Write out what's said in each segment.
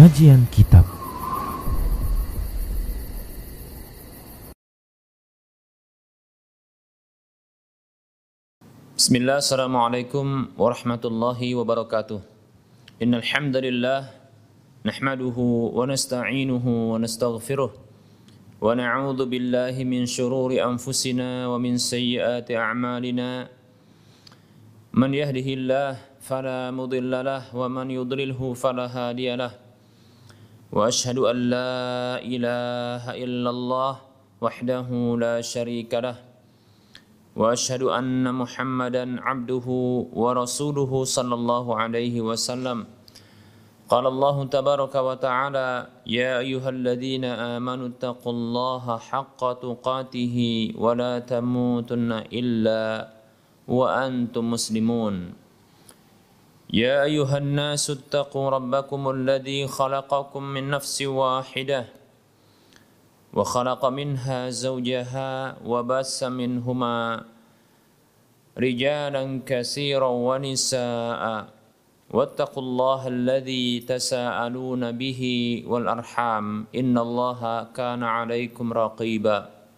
Kajian Kitab. Bismillah, assalamualaikum warahmatullahi wabarakatuh. Innal hamdalillah nahmaduhu wa nasta'inuhu wa nastaghfiruh wa na'udzu billahi min shururi anfusina wa min sayyiati a'malina. Man yahdihillah fala mudilla lahu wa man yudlilhu fala hadiya lahu. Wa ashhadu an la ilaha illallah wahdahu la syarika lahu. وأشهد أن محمدا عبده ورسوله صلى الله عليه وسلم. قال الله تبارك وتعالى: يا أيها الذين آمنوا اتقوا الله حق تقاته ولا تموتن إلا وأنتم مسلمون. يا أيها الناس اتقوا ربكم الذي خلقكم من نفس واحدة وخلق منها زوجها وبث منهما رجالا كثيرا ونساء واتقوا الله الذي تساءلون به والأرحام إن الله كان عليكم رقيبا.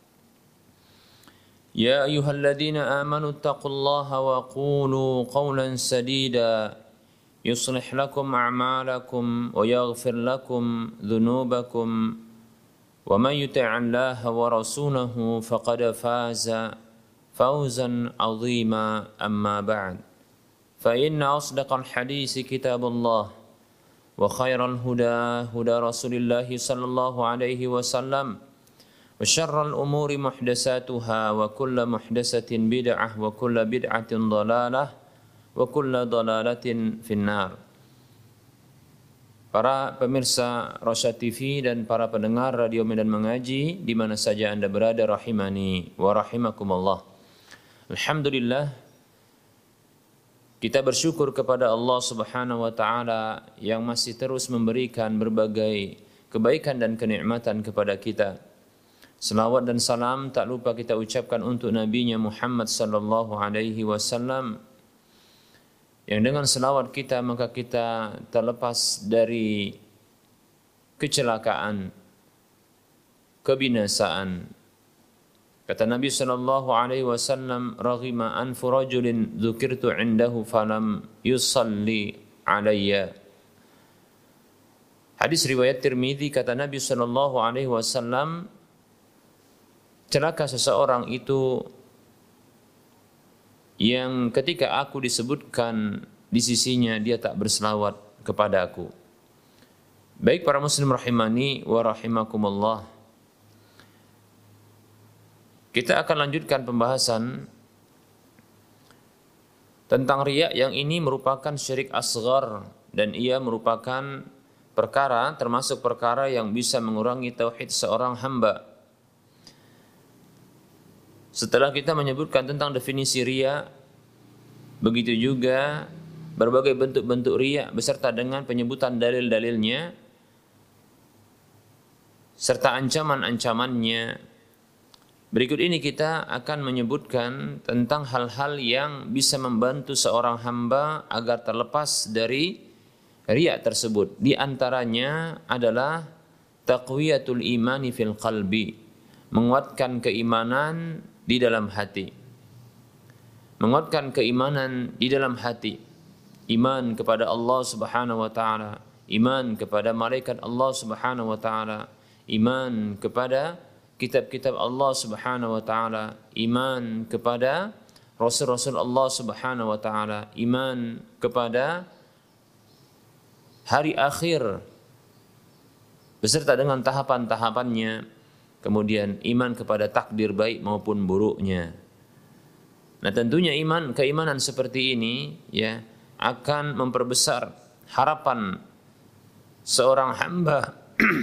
يا أيها الذين آمنوا اتقوا الله وقولوا قولا سديدا يصلح لكم أعمالكم ويغفر لكم ذنوبكم ومن يطع الله ورسوله فقد فاز فوزا عظيما. أما بعد فإن أصدق الحديث كتاب الله وخير الهدى هدى رسول الله صلى الله عليه وسلم وشر الأمور محدثاتها وكل محدثة بدعة وكل بدعة ضلالة وكل ضلالة في النار. Para pemirsa Rosyad TV dan para pendengar Radio Medan Mengaji di mana saja Anda berada, rahimani wa rahimakumullah. Alhamdulillah, kita bersyukur kepada Allah Subhanahu wa taala yang masih terus memberikan berbagai kebaikan dan kenikmatan kepada kita. Selawat dan salam tak lupa kita ucapkan untuk Nabi-Nya Muhammad sallallahu alaihi wasallam, yang dengan selawat kita maka kita terlepas dari kecelakaan, kebinasaan. Kata Nabi sallallahu alaihi wasallam, raghima anfu rajulin dzukirtu indahu falam yusalli alayya. Hadis riwayat Tirmidzi, kata Nabi sallallahu alaihi wasallam, celaka seseorang itu yang ketika aku disebutkan di sisinya dia tak berselawat kepada aku. Baik para muslim rahimani wa rahimakumullah, kita akan lanjutkan pembahasan tentang riya yang ini merupakan syirik asghar dan ia merupakan perkara termasuk perkara yang bisa mengurangi tauhid seorang hamba. Setelah kita menyebutkan tentang definisi riya, begitu juga berbagai bentuk-bentuk riya beserta dengan penyebutan dalil-dalilnya serta ancaman-ancamannya. Berikut ini kita akan menyebutkan tentang hal-hal yang bisa membantu seorang hamba agar terlepas dari riya tersebut. Di antaranya adalah taqwiyatul imani fil qalbi, menguatkan keimanan di dalam hati. Menguatkan keimanan di dalam hati. Iman kepada Allah Subhanahu wa taala, iman kepada malaikat Allah Subhanahu wa taala, iman kepada kitab-kitab Allah Subhanahu wa taala, iman kepada rasul-rasul Allah Subhanahu wa taala, iman kepada hari akhir beserta dengan tahapan-tahapannya. Kemudian iman kepada takdir baik maupun buruknya. Nah, tentunya keimanan seperti ini ya akan memperbesar harapan seorang hamba.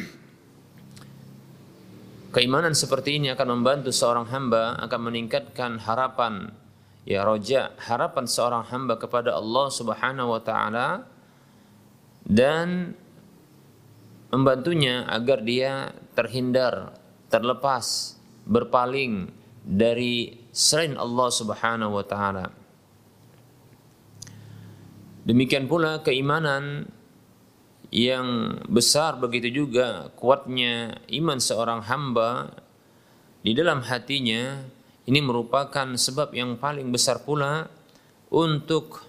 Keimanan seperti ini akan membantu seorang hamba, akan meningkatkan harapan ya roja, harapan seorang hamba kepada Allah Subhanahu wa taala dan membantunya agar dia terhindar, terlepas, berpaling dari selain Allah Subhanahu wa taala. Demikian pula keimanan yang besar, begitu juga kuatnya iman seorang hamba di dalam hatinya, ini merupakan sebab yang paling besar pula untuk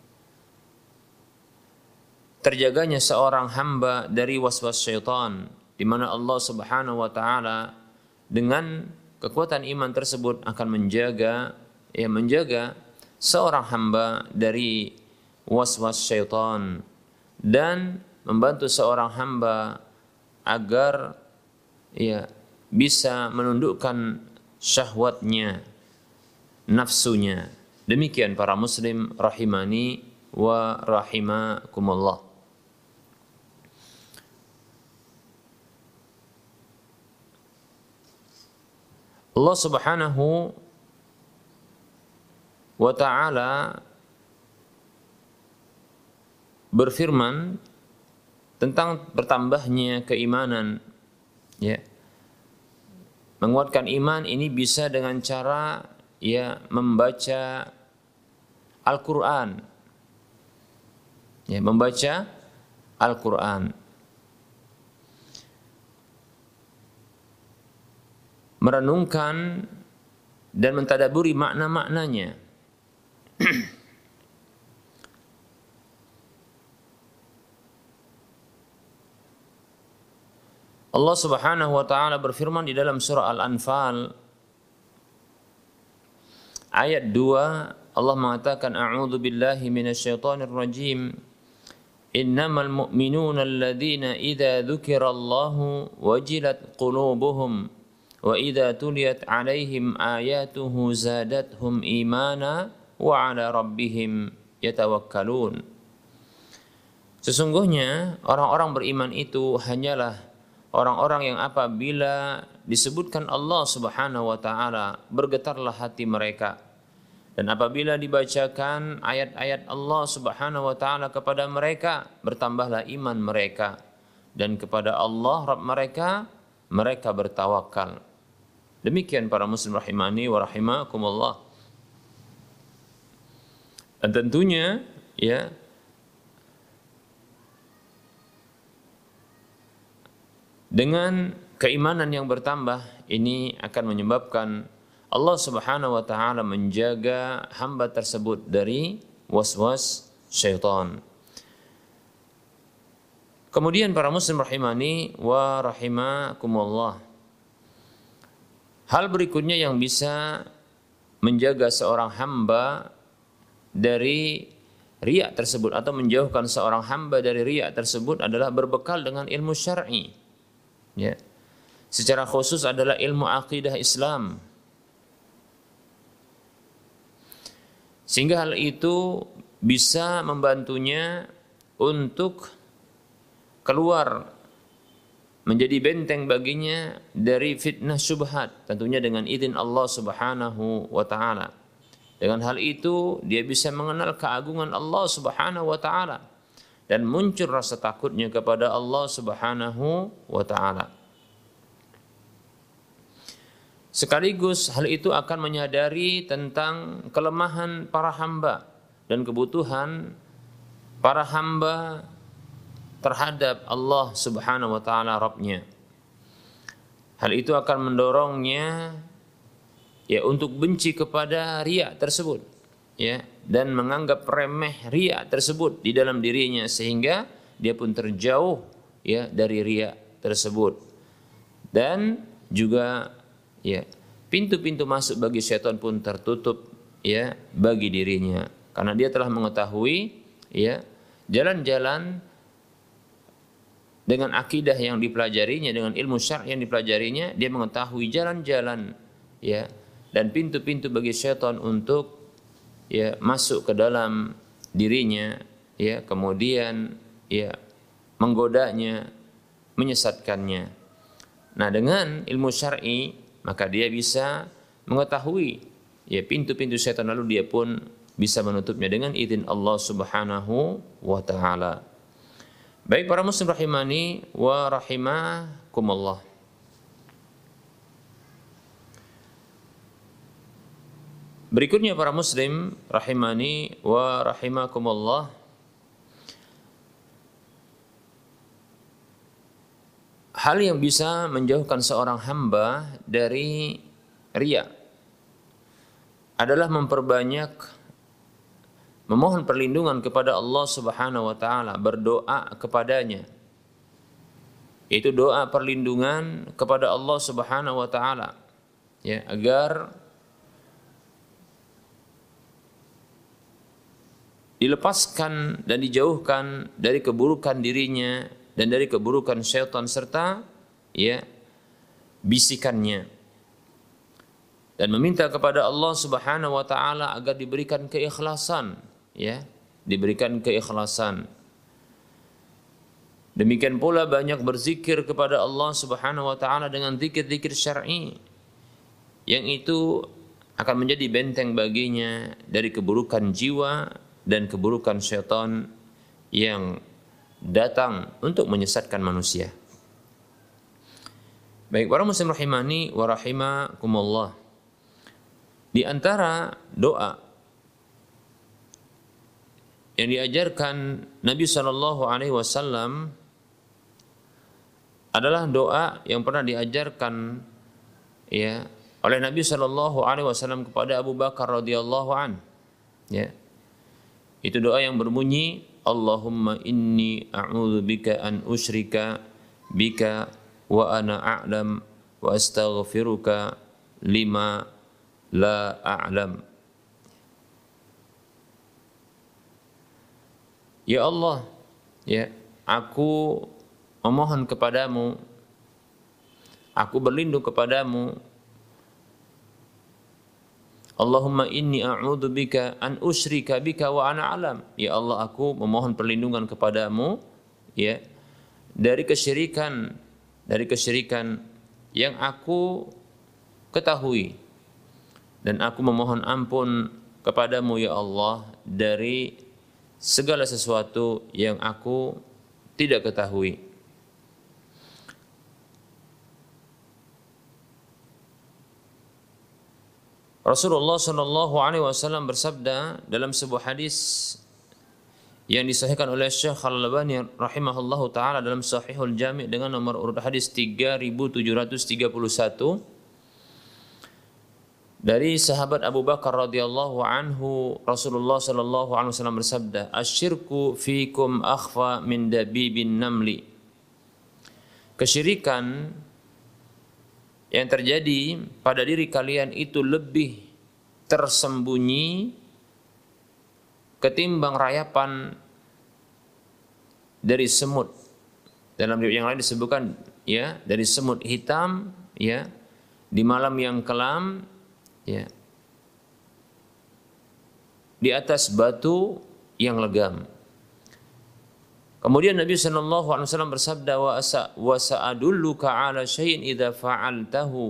terjaganya seorang hamba dari waswas syaitan, di mana Allah Subhanahu wa taala dengan kekuatan iman tersebut akan menjaga seorang hamba dari waswas syaitan dan membantu seorang hamba agar bisa menundukkan syahwatnya, nafsunya. Demikian para muslim rahimani wa rahimakumullah. Allah Subhanahu wa ta'ala berfirman tentang bertambahnya keimanan, ya. Menguatkan iman ini bisa dengan cara membaca Al-Qur'an. Ya, membaca Al-Qur'an. Merenungkan dan mentadaburi makna-maknanya. Allah Subhanahu wa taala berfirman di dalam surah Al-Anfal ayat 2, Allah mengatakan a'udzu billahi minasyaitonir rajim. Innamal mu'minuna alladzina idza dzukirallahu wajilat qulubuhum wa idza tuliyat 'alaihim ayatuhu zadatuhum imana wa 'ala rabbihim yatawakkalun. Sesungguhnya orang-orang beriman itu hanyalah orang-orang yang apabila disebutkan Allah Subhanahu wa taala bergetarlah hati mereka, dan apabila dibacakan ayat-ayat Allah Subhanahu wa taala kepada mereka bertambahlah iman mereka, dan kepada Allah Rabb mereka bertawakal. Demikian para muslim rahimani wa rahimakumullah. Dan tentunya dengan keimanan yang bertambah ini akan menyebabkan Allah Subhanahu wa taala menjaga hamba tersebut dari waswas syaitan. Kemudian para muslim rahimani wa rahimakumullah. Hal berikutnya yang bisa menjaga seorang hamba dari riya tersebut atau menjauhkan seorang hamba dari riya tersebut adalah berbekal dengan ilmu syar'i. Ya. Secara khusus adalah ilmu akidah Islam. Sehingga hal itu bisa membantunya untuk keluar menjadi benteng baginya dari fitnah syubhat, tentunya dengan izin Allah Subhanahu wa taala. Dengan hal itu dia bisa mengenal keagungan Allah Subhanahu wa taala dan muncul rasa takutnya kepada Allah Subhanahu wa taala. Sekaligus hal itu akan menyadari tentang kelemahan para hamba dan kebutuhan para hamba terhadap Allah Subhanahu wa taala Rabb-nya. Hal itu akan mendorongnya untuk benci kepada riya tersebut, dan menganggap remeh riya tersebut di dalam dirinya sehingga dia pun terjauh dari riya tersebut. Dan juga pintu-pintu masuk bagi syaitan pun tertutup bagi dirinya, karena dia telah mengetahui jalan-jalan dengan akidah yang dipelajarinya, dengan ilmu syar'i yang dipelajarinya, dia mengetahui jalan-jalan dan pintu-pintu bagi syaitan untuk masuk ke dalam dirinya, kemudian menggodanya, menyesatkannya. Nah, dengan ilmu syar'i maka dia bisa mengetahui pintu-pintu syaitan, lalu dia pun bisa menutupnya dengan izin Allah Subhanahu wa taala. Baik para muslim rahimani wa rahimakumullah. Berikutnya para muslim rahimani wa rahimakumullah, hal yang bisa menjauhkan seorang hamba dari riya adalah memperbanyak memohon perlindungan kepada Allah Subhanahu wa taala, berdoa kepadanya. Itu doa perlindungan kepada Allah Subhanahu wa taala, ya, agar dilepaskan dan dijauhkan dari keburukan dirinya dan dari keburukan syaitan serta ya bisikannya, dan meminta kepada Allah Subhanahu wa taala agar diberikan keikhlasan, ya, diberikan keikhlasan. Demikian pula banyak berzikir kepada Allah Subhanahu wa taala dengan zikir-zikir syar'i yang itu akan menjadi benteng baginya dari keburukan jiwa dan keburukan syaitan yang datang untuk menyesatkan manusia. Baik, para muslim rahimani wa rahimakumullah. Di antara doa yang diajarkan Nabi SAW adalah doa yang pernah diajarkan ya oleh Nabi SAW kepada Abu Bakar radhiyallahu an. Ya. Itu doa yang berbunyi, Allahumma inni a'udzubika an usyrika bika wa ana a'lam wa astaghfiruka lima la a'lam. Ya Allah, ya, aku memohon kepadamu, aku berlindung kepadamu. Allahumma inni a'udzubika an usyrika bika wa ana alam. Ya Allah, aku memohon perlindungan kepadamu, ya, dari kesyirikan yang aku ketahui, dan aku memohon ampun kepadamu ya Allah dari segala sesuatu yang aku tidak ketahui. Rasulullah Shallallahu Alaihi Wasallam bersabda dalam sebuah hadis yang disahihkan oleh Syekh Al-Albani rahimahullahu taala dalam Sahihul Jami' dengan nomor urut hadis 3731, dari sahabat Abu Bakar radhiyallahu anhu, Rasulullah Shallallahu Alaihi Wasallam bersabda, "Asyirku fikum akhfa min dabibin namli." Kesyirikan yang terjadi pada diri kalian itu lebih tersembunyi ketimbang rayapan dari semut. Dalam riwayat yang lain disebutkan ya dari semut hitam ya di malam yang kelam ya di atas batu yang legam. Kemudian Nabi SAW bersabda, wa sa'adulluka ala syai'in idza fa'altahu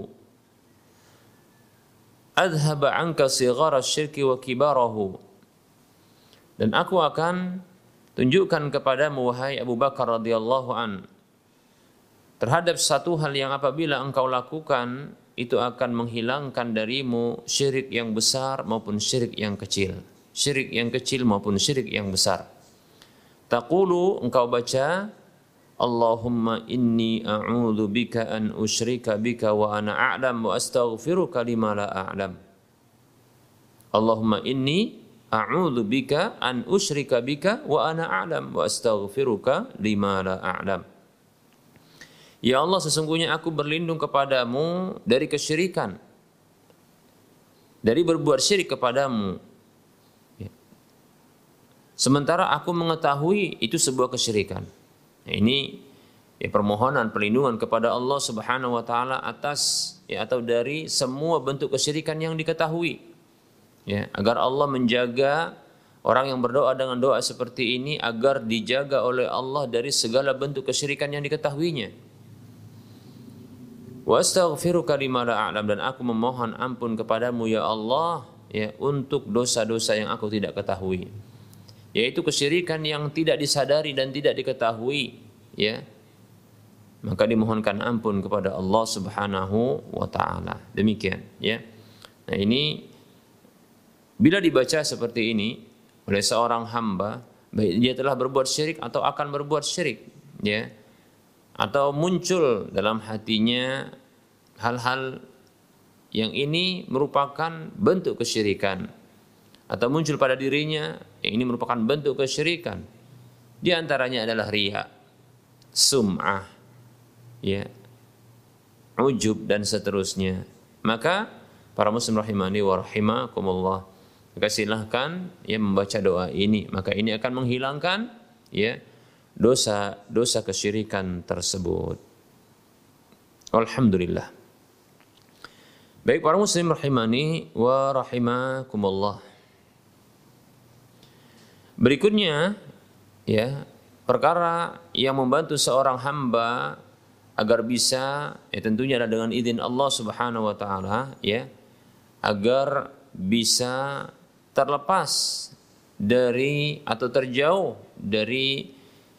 adhaba anka sighara syirki wa kibarahu. Dan aku akan tunjukkan kepadamu wahai Abu Bakar radhiyallahu an, terhadap satu hal yang apabila engkau lakukan itu akan menghilangkan darimu syirik yang besar maupun syirik yang kecil. Syirik yang kecil maupun syirik yang besar. Taqulu, engkau baca, Allahumma inni a'udzu bika an usyrika bika wa ana a'lam wa astaghfiruka lima la a'lam. Allahumma inni a'udzu bika an usyrika bika wa ana a'lam wa astaghfiruka lima la a'lam. Ya Allah, sesungguhnya aku berlindung kepadamu dari kesyirikan, dari berbuat syirik kepadamu, sementara aku mengetahui itu sebuah kesyirikan. Nah, ini ya, permohonan perlindungan kepada Allah Subhanahu wa taala atas ya atau dari semua bentuk kesyirikan yang diketahui. Ya, agar Allah menjaga orang yang berdoa dengan doa seperti ini agar dijaga oleh Allah dari segala bentuk kesyirikan yang diketahuinya. Wa astaghfiruka lima la a'lam, dan aku memohon ampun kepadamu ya Allah ya untuk dosa-dosa yang aku tidak ketahui. Yaitu kesyirikan yang tidak disadari dan tidak diketahui, ya, maka dimohonkan ampun kepada Allah Subhanahu wa taala. Demikian, ya. Nah, ini bila dibaca seperti ini oleh seorang hamba, baik dia telah berbuat syirik atau akan berbuat syirik, ya, atau muncul dalam hatinya hal-hal yang ini merupakan bentuk kesyirikan, atau muncul pada dirinya yang ini merupakan bentuk kesyirikan. Di antaranya adalah riya, sum'ah, ya, ujub dan seterusnya. Maka para muslim rahimani wa rahimakumullah, maka silahkan ya membaca doa ini, maka ini akan menghilangkan ya dosa kesyirikan tersebut. Alhamdulillah. Baik para muslim rahimani wa rahimakumullah. Berikutnya ya, perkara yang membantu seorang hamba agar bisa ya tentunya adalah dengan izin Allah Subhanahu wa taala ya, agar bisa terlepas dari atau terjauh dari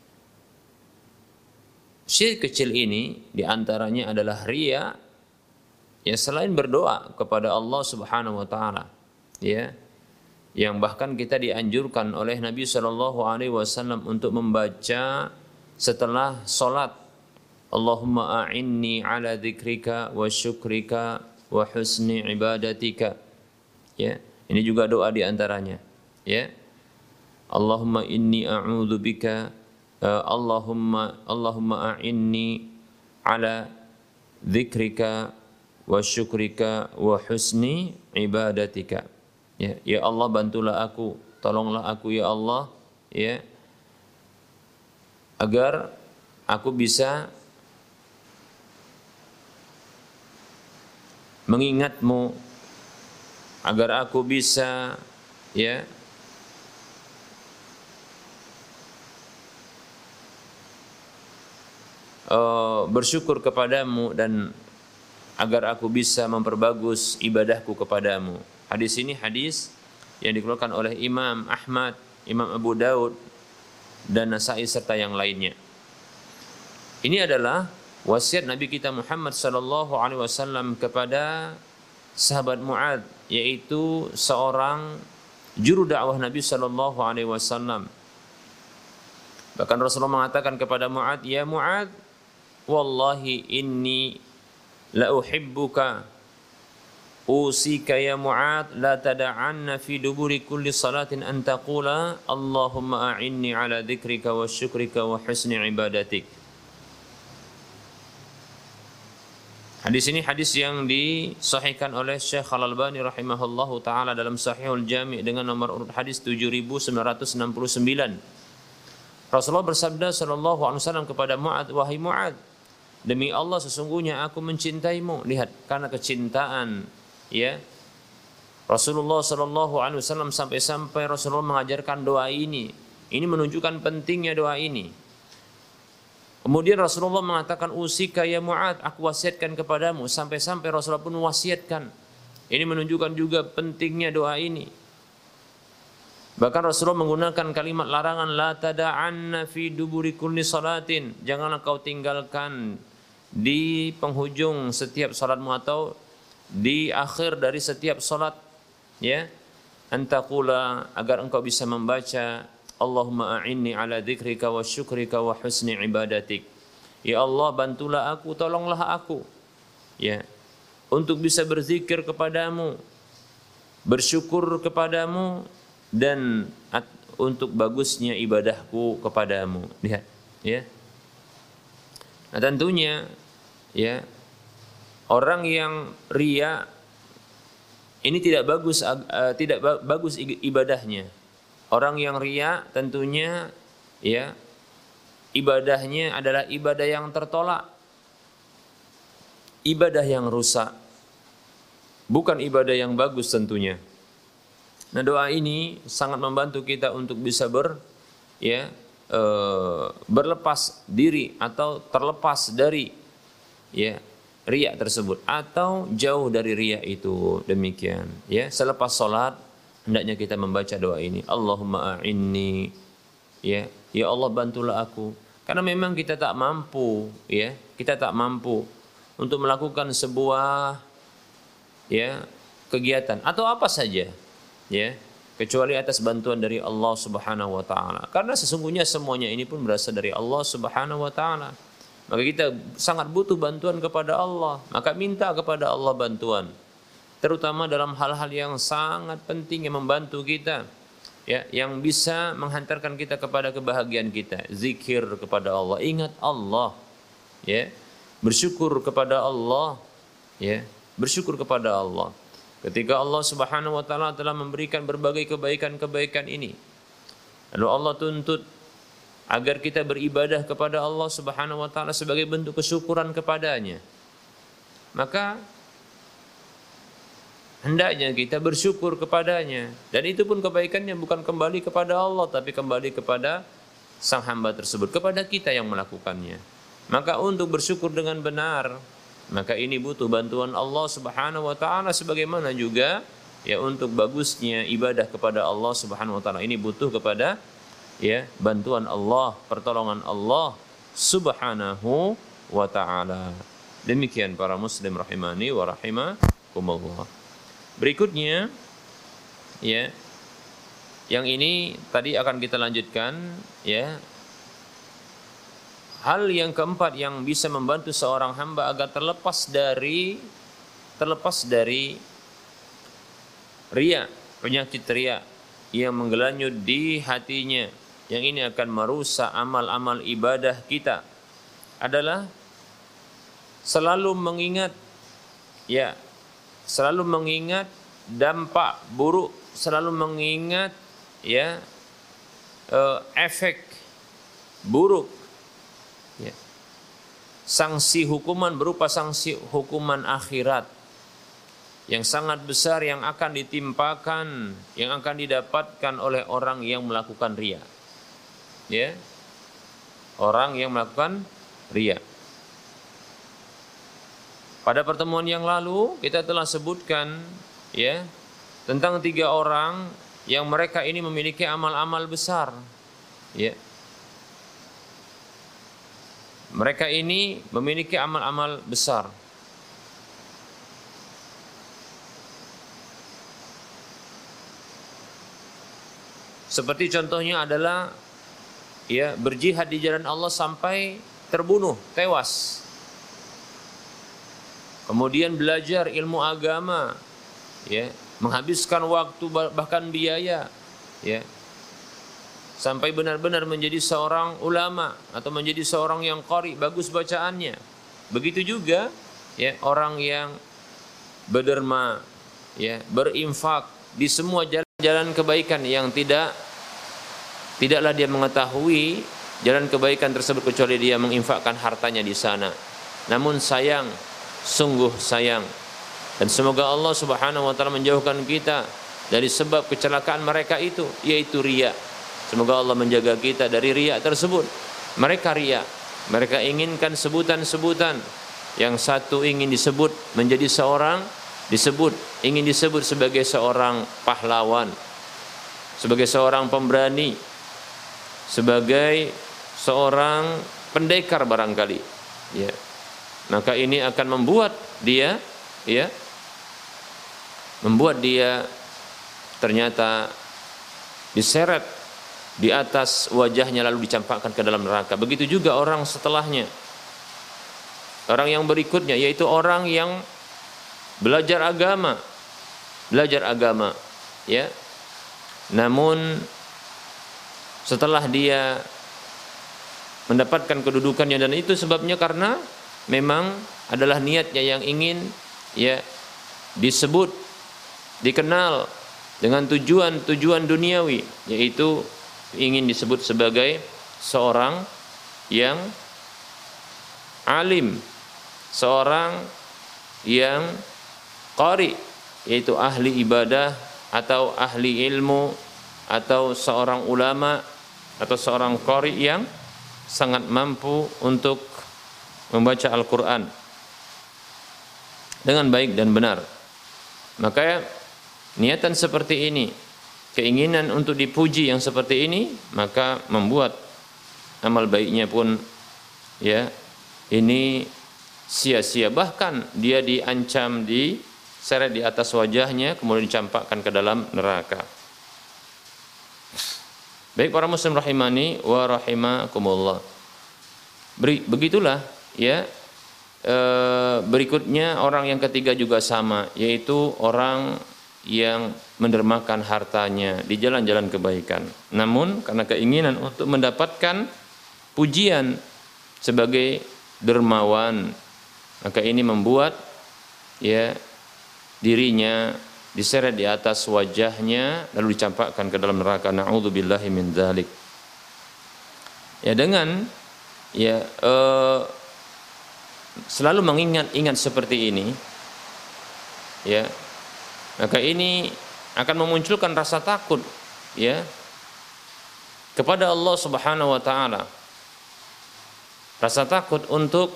syirik kecil ini, di antaranya adalah riya, ya selain berdoa kepada Allah Subhanahu wa taala ya, yang bahkan kita dianjurkan oleh Nabi sallallahu alaihi wasallam untuk membaca setelah salat, Allahumma a'inni ala dzikrika wa syukrika wa husni ibadatika. Ya, ini juga doa di antaranya ya. Allahumma inni a'udzubika Allahumma a'inni ala dzikrika wa syukrika wa husni ibadatika. Ya, ya Allah bantulah aku, tolonglah aku ya Allah ya, agar aku bisa mengingatmu, agar aku bisa ya bersyukur kepadamu, dan agar aku bisa memperbagus ibadahku kepadamu. Hadis ini hadis yang dikeluarkan oleh Imam Ahmad, Imam Abu Daud, dan Nasai serta yang lainnya. Ini adalah wasiat Nabi kita Muhammad sallallahu alaihi wasallam kepada sahabat Mu'adz, yaitu seorang juru dakwah Nabi sallallahu alaihi wasallam. Bahkan Rasulullah mengatakan kepada Mu'adz, "Ya Mu'adz, wallahi inni la uhibbuka, usika ya Mu'adz, la tada'anna fi duburi kulli salatin an taqula Allahumma a'inni ala dzikrika wa syukrika wa husni ibadatik." Hadis ini hadis yang disahihkan oleh Syekh Al-Albani rahimahullahu taala dalam Sahihul Jami' dengan nomor urut hadis 7969. Rasulullah bersabda sallallahu alaihi wasallam kepada Mu'adz, "Wahai Mu'adz, demi Allah sesungguhnya aku mencintaimu." Lihat, karena kecintaan ya Rasulullah sallallahu alaihi wasallam sampai-sampai Rasulullah mengajarkan doa ini. Ini menunjukkan pentingnya doa ini. Kemudian Rasulullah mengatakan, "Usika ya Mu'adz, aku wasiatkan kepadamu." Sampai-sampai Rasulullah pun wasiatkan. Ini menunjukkan juga pentingnya doa ini. Bahkan Rasulullah menggunakan kalimat larangan, "La tada'anna fi duburi kulli salatin." Janganlah kau tinggalkan di penghujung setiap salatmu atau di akhir dari setiap salat ya, antaqula, agar engkau bisa membaca Allahumma a'inni ala dzikrika wa syukrika wa husni ibadatik. Ya Allah bantulah aku, tolonglah aku ya, untuk bisa berzikir kepadamu, bersyukur kepadamu, dan untuk bagusnya ibadahku kepadamu. Lihat ya. Nah tentunya ya, orang yang riya ini tidak bagus ibadahnya. Orang yang riya tentunya ya ibadahnya adalah ibadah yang tertolak, ibadah yang rusak, bukan ibadah yang bagus tentunya. Nah doa ini sangat membantu kita untuk bisa berlepas diri atau terlepas dari ya riya tersebut, atau jauh dari riya itu. Demikian ya, selepas sholat hendaknya kita membaca doa ini, Allahumma a'inni ya, ya Allah bantulah aku, karena memang kita tak mampu ya, kita tak mampu untuk melakukan sebuah ya kegiatan atau apa saja ya, kecuali atas bantuan dari Allah Subhanahu wa taala. Karena sesungguhnya semuanya ini pun berasal dari Allah Subhanahu wa taala. Maka kita sangat butuh bantuan kepada Allah. Maka minta kepada Allah bantuan. Terutama dalam hal-hal yang sangat penting yang membantu kita. Ya, yang bisa menghantarkan kita kepada kebahagiaan kita. Zikir kepada Allah, ingat Allah. Ya, bersyukur kepada Allah. Ya, bersyukur kepada Allah. Ketika Allah Subhanahu wa taala telah memberikan berbagai kebaikan-kebaikan ini. Lalu Allah tuntut agar kita beribadah kepada Allah Subhanahu wa taala sebagai bentuk kesyukuran kepadanya. Maka hendaknya kita bersyukur kepadanya, dan itu pun kebaikannya bukan kembali kepada Allah tapi kembali kepada sang hamba tersebut, kepada kita yang melakukannya. Maka untuk bersyukur dengan benar, maka ini butuh bantuan Allah Subhanahu wa taala, sebagaimana juga ya untuk bagusnya ibadah kepada Allah Subhanahu wa taala ini butuh kepada ya bantuan Allah, pertolongan Allah Subhanahu wa taala. Demikian para muslim rahimani wa rahimakumullah. Berikutnya ya, yang ini tadi akan kita lanjutkan ya. Hal yang keempat yang bisa membantu seorang hamba agar terlepas dari riya, penyakit riya yang menggelanyut di hatinya, yang ini akan merusak amal-amal ibadah kita, adalah selalu mengingat ya, selalu mengingat dampak buruk, selalu mengingat ya efek buruk ya, sanksi hukuman berupa sanksi hukuman akhirat yang sangat besar yang akan ditimpakan, yang akan didapatkan oleh orang yang melakukan riya. Ya. Orang yang melakukan riya. Pada pertemuan yang lalu kita telah sebutkan ya tentang 3 orang yang mereka ini memiliki amal-amal besar. Ya. Mereka ini memiliki amal-amal besar. Seperti contohnya adalah ya berjihad di jalan Allah sampai terbunuh, tewas. Kemudian belajar ilmu agama, ya, menghabiskan waktu bahkan biaya, ya, sampai benar-benar menjadi seorang ulama atau menjadi seorang yang qari, bagus bacaannya. Begitu juga ya orang yang berderma, ya, berinfak di semua jalan kebaikan yang tidaklah dia mengetahui jalan kebaikan tersebut kecuali dia menginfakkan hartanya di sana. Namun sayang, sungguh sayang, dan semoga Allah Subhanahu wa taala menjauhkan kita dari sebab kecelakaan mereka itu, yaitu riya. Semoga Allah menjaga kita dari riya tersebut. Mereka riya, mereka inginkan sebutan-sebutan. Yang satu ingin disebut menjadi seorang, ingin disebut sebagai seorang pahlawan, sebagai seorang pemberani, sebagai seorang pendekar barangkali, ya. Maka ini akan membuat dia ternyata diseret di atas wajahnya lalu dicampakkan ke dalam neraka. Begitu juga orang setelahnya, orang yang berikutnya, yaitu orang yang belajar agama, ya. Namun setelah dia mendapatkan kedudukannya, dan itu sebabnya karena memang adalah niatnya yang ingin ya disebut, dikenal dengan tujuan duniawi, yaitu ingin disebut sebagai seorang yang alim, seorang yang qari, yaitu ahli ibadah atau ahli ilmu, atau seorang ulama atau seorang qari yang sangat mampu untuk membaca Al-Quran dengan baik dan benar. Maka niatan seperti ini, keinginan untuk dipuji yang seperti ini, maka membuat amal baiknya pun ya ini sia-sia. Bahkan dia diancam, diseret di atas wajahnya, kemudian dicampakkan ke dalam neraka. Baik para muslim rahimani wa rahimakumullah. Begitulah ya, berikutnya orang yang ketiga juga sama, yaitu orang yang mendermakan hartanya di jalan-jalan kebaikan. Namun karena keinginan untuk mendapatkan pujian sebagai dermawan, maka ini membuat ya dirinya diseret di atas wajahnya lalu dicampakkan ke dalam neraka. Na'udzubillahi min dzalik. Ya dengan ya selalu mengingat-ingat seperti ini, ya, maka ini akan memunculkan rasa takut, ya, kepada Allah Subhanahu wa taala. Rasa takut untuk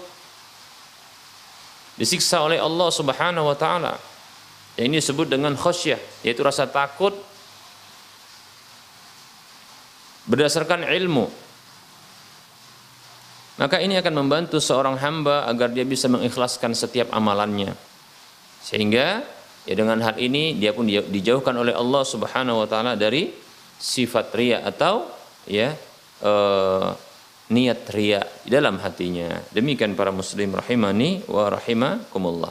disiksa oleh Allah Subhanahu wa taala. Yang ini disebut dengan khasyah, yaitu rasa takut berdasarkan ilmu. Maka ini akan membantu seorang hamba agar dia bisa mengikhlaskan setiap amalannya. Sehingga ya dengan hal ini dia pun dijauhkan oleh Allah Subhanahu wa taala dari sifat riya atau ya niat riya di dalam hatinya. Demikian para muslim rahimani wa rahimakumullah.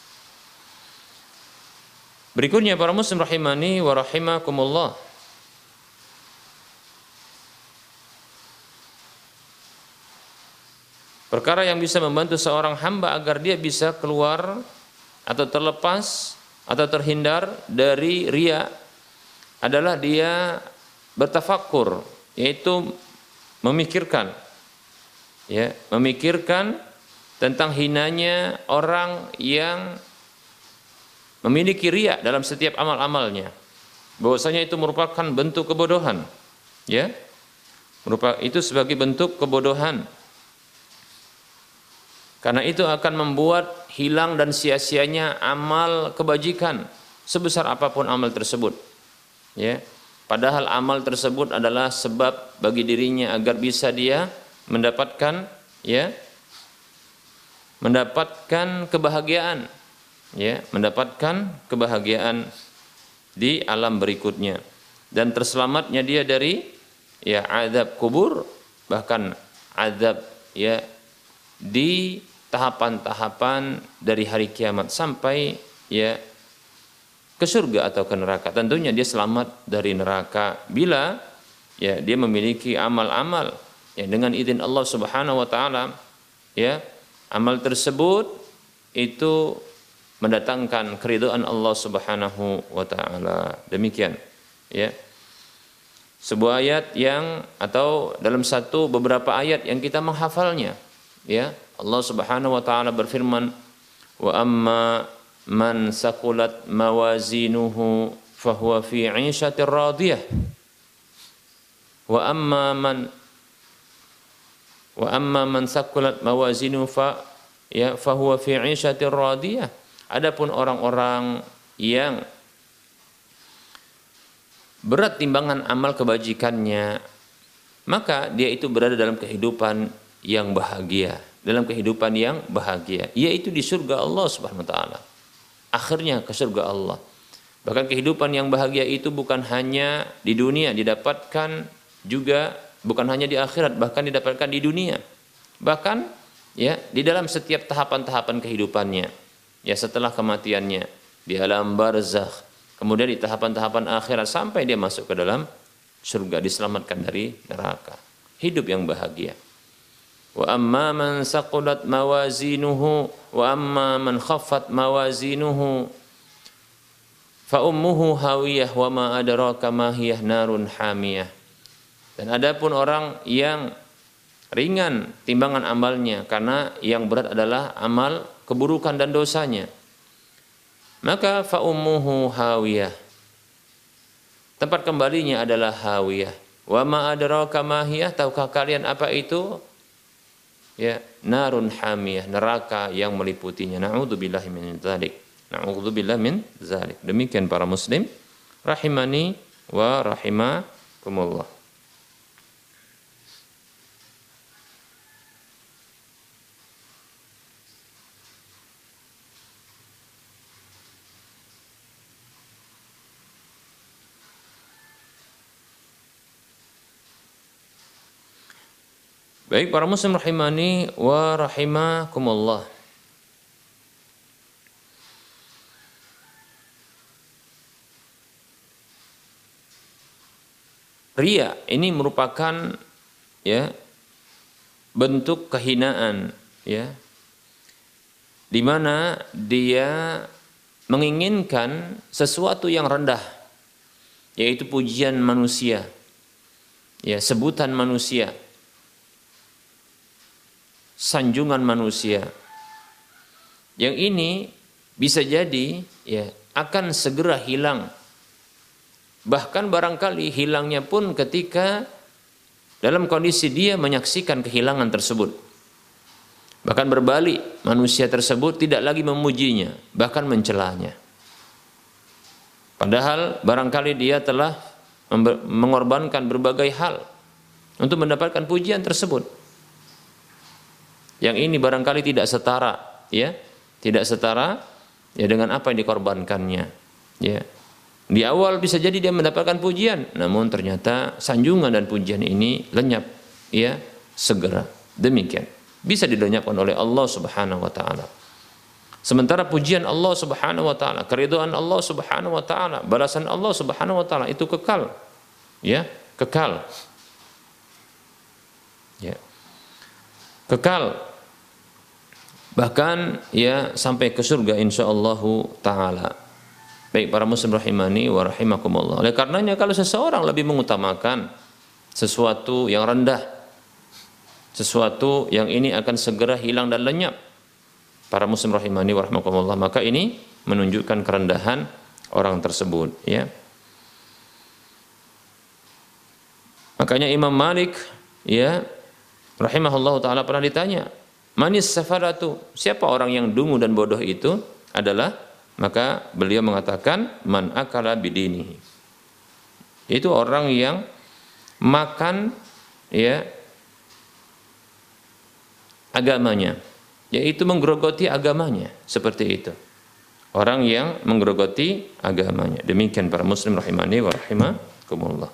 Berikutnya para muslim rahimani wa rahimakumullah. Perkara yang bisa membantu seorang hamba agar dia bisa keluar atau terlepas atau terhindar dari riya adalah dia bertafakkur, yaitu memikirkan, ya, memikirkan tentang hinanya orang yang memiliki riya dalam setiap amal-amalnya. Bahwasanya itu merupakan bentuk kebodohan, ya, itu sebagai bentuk kebodohan. Karena itu akan membuat hilang dan sia-sianya amal kebajikan sebesar apapun amal tersebut. Ya, padahal amal tersebut adalah sebab bagi dirinya agar bisa dia mendapatkan kebahagiaan, ya, mendapatkan kebahagiaan di alam berikutnya dan terselamatnya dia dari ya azab kubur, bahkan azab ya di tahapan-tahapan dari hari kiamat sampai ya ke surga atau ke neraka. Tentunya dia selamat dari neraka bila ya dia memiliki amal-amal ya dengan izin Allah Subhanahu wa taala, ya, amal tersebut itu mendatangkan keridhaan Allah Subhanahu wa taala. Demikian, ya. Sebuah ayat yang atau dalam beberapa ayat yang kita menghafalnya, ya. Allah Subhanahu wa taala berfirman, "Wa amma man saqulat mawazinuhu fahuwa fi 'ishatir radiyah. Wa amma man saqulat mawazinuhu fahuwa fi 'ishatir radiyah." Adapun orang-orang yang berat timbangan amal kebajikannya, maka dia itu berada dalam kehidupan yang bahagia, yaitu di surga Allah Subhanahu wa taala. Akhirnya ke surga Allah. Bahkan kehidupan yang bahagia itu bukan hanya di dunia didapatkan, juga bukan hanya di akhirat, bahkan didapatkan di dunia. Bahkan ya di dalam setiap tahapan-tahapan kehidupannya. Ya setelah kematiannya, di alam barzakh, kemudian di tahapan-tahapan akhirat sampai dia masuk ke dalam surga, diselamatkan dari neraka. Hidup yang bahagia. Wa amma man saqulat mawazinuhu wa amma man khaffat mawazinuhu fa ummuhu hawiyah wa ma adraka ma hiyah narun hamiyah. Dan adapun orang yang ringan timbangan amalnya karena yang berat adalah amal keburukan dan dosanya, maka fa ummuhu hawiyah, tempat kembalinya adalah hawiyah. Wa ma adraka ma hiyah, tahukah kalian apa itu? Ya, narun hamiyah, neraka yang meliputinya. Na'udzubillahi min dzalik. Na'udzubillahi min dzalik. Demikian para muslim rahimani wa rahimakumullah. Baik para muslim rahimani wa rahimakumullah. Riya ini merupakan ya bentuk kehinaan ya, di mana dia menginginkan sesuatu yang rendah, yaitu pujian manusia, ya sebutan manusia, sanjungan manusia. Yang ini bisa jadi ya akan segera hilang. Bahkan barangkali hilangnya pun ketika dalam kondisi dia menyaksikan kehilangan tersebut. Bahkan berbalik, manusia tersebut tidak lagi memujinya, bahkan mencelanya. Padahal barangkali dia telah mengorbankan berbagai hal untuk mendapatkan pujian tersebut. Yang ini barangkali tidak setara, ya, tidak setara ya dengan apa yang dikorbankannya, ya. Di awal bisa jadi dia mendapatkan pujian, namun ternyata sanjungan dan pujian ini lenyap, ya, segera. Demikian bisa dilenyapkan oleh Allah Subhanahu wa taala. Sementara pujian Allah Subhanahu wa taala, keridhaan Allah Subhanahu wa taala, balasan Allah Subhanahu wa taala itu kekal. Ya, kekal. Ya. Kekal. Bahkan ya sampai ke surga insyaallah taala. Baik para muslim rahimani wa rahimakumullah. Oleh karenanya kalau seseorang lebih mengutamakan sesuatu yang rendah, sesuatu yang ini akan segera hilang dan lenyap, para muslim rahimani wa rahimakumullah, maka ini menunjukkan kerendahan orang tersebut, ya. Makanya Imam Malik ya rahimahullah taala pernah ditanya, "Manis safaratu?" Siapa orang yang dungu dan bodoh itu? Adalah, maka beliau mengatakan, "Man akala bidinihi." Itu orang yang makan ya agamanya, yaitu menggerogoti agamanya, seperti itu. Orang yang menggerogoti agamanya. Demikian para muslim rahimani wa rahimakumullah.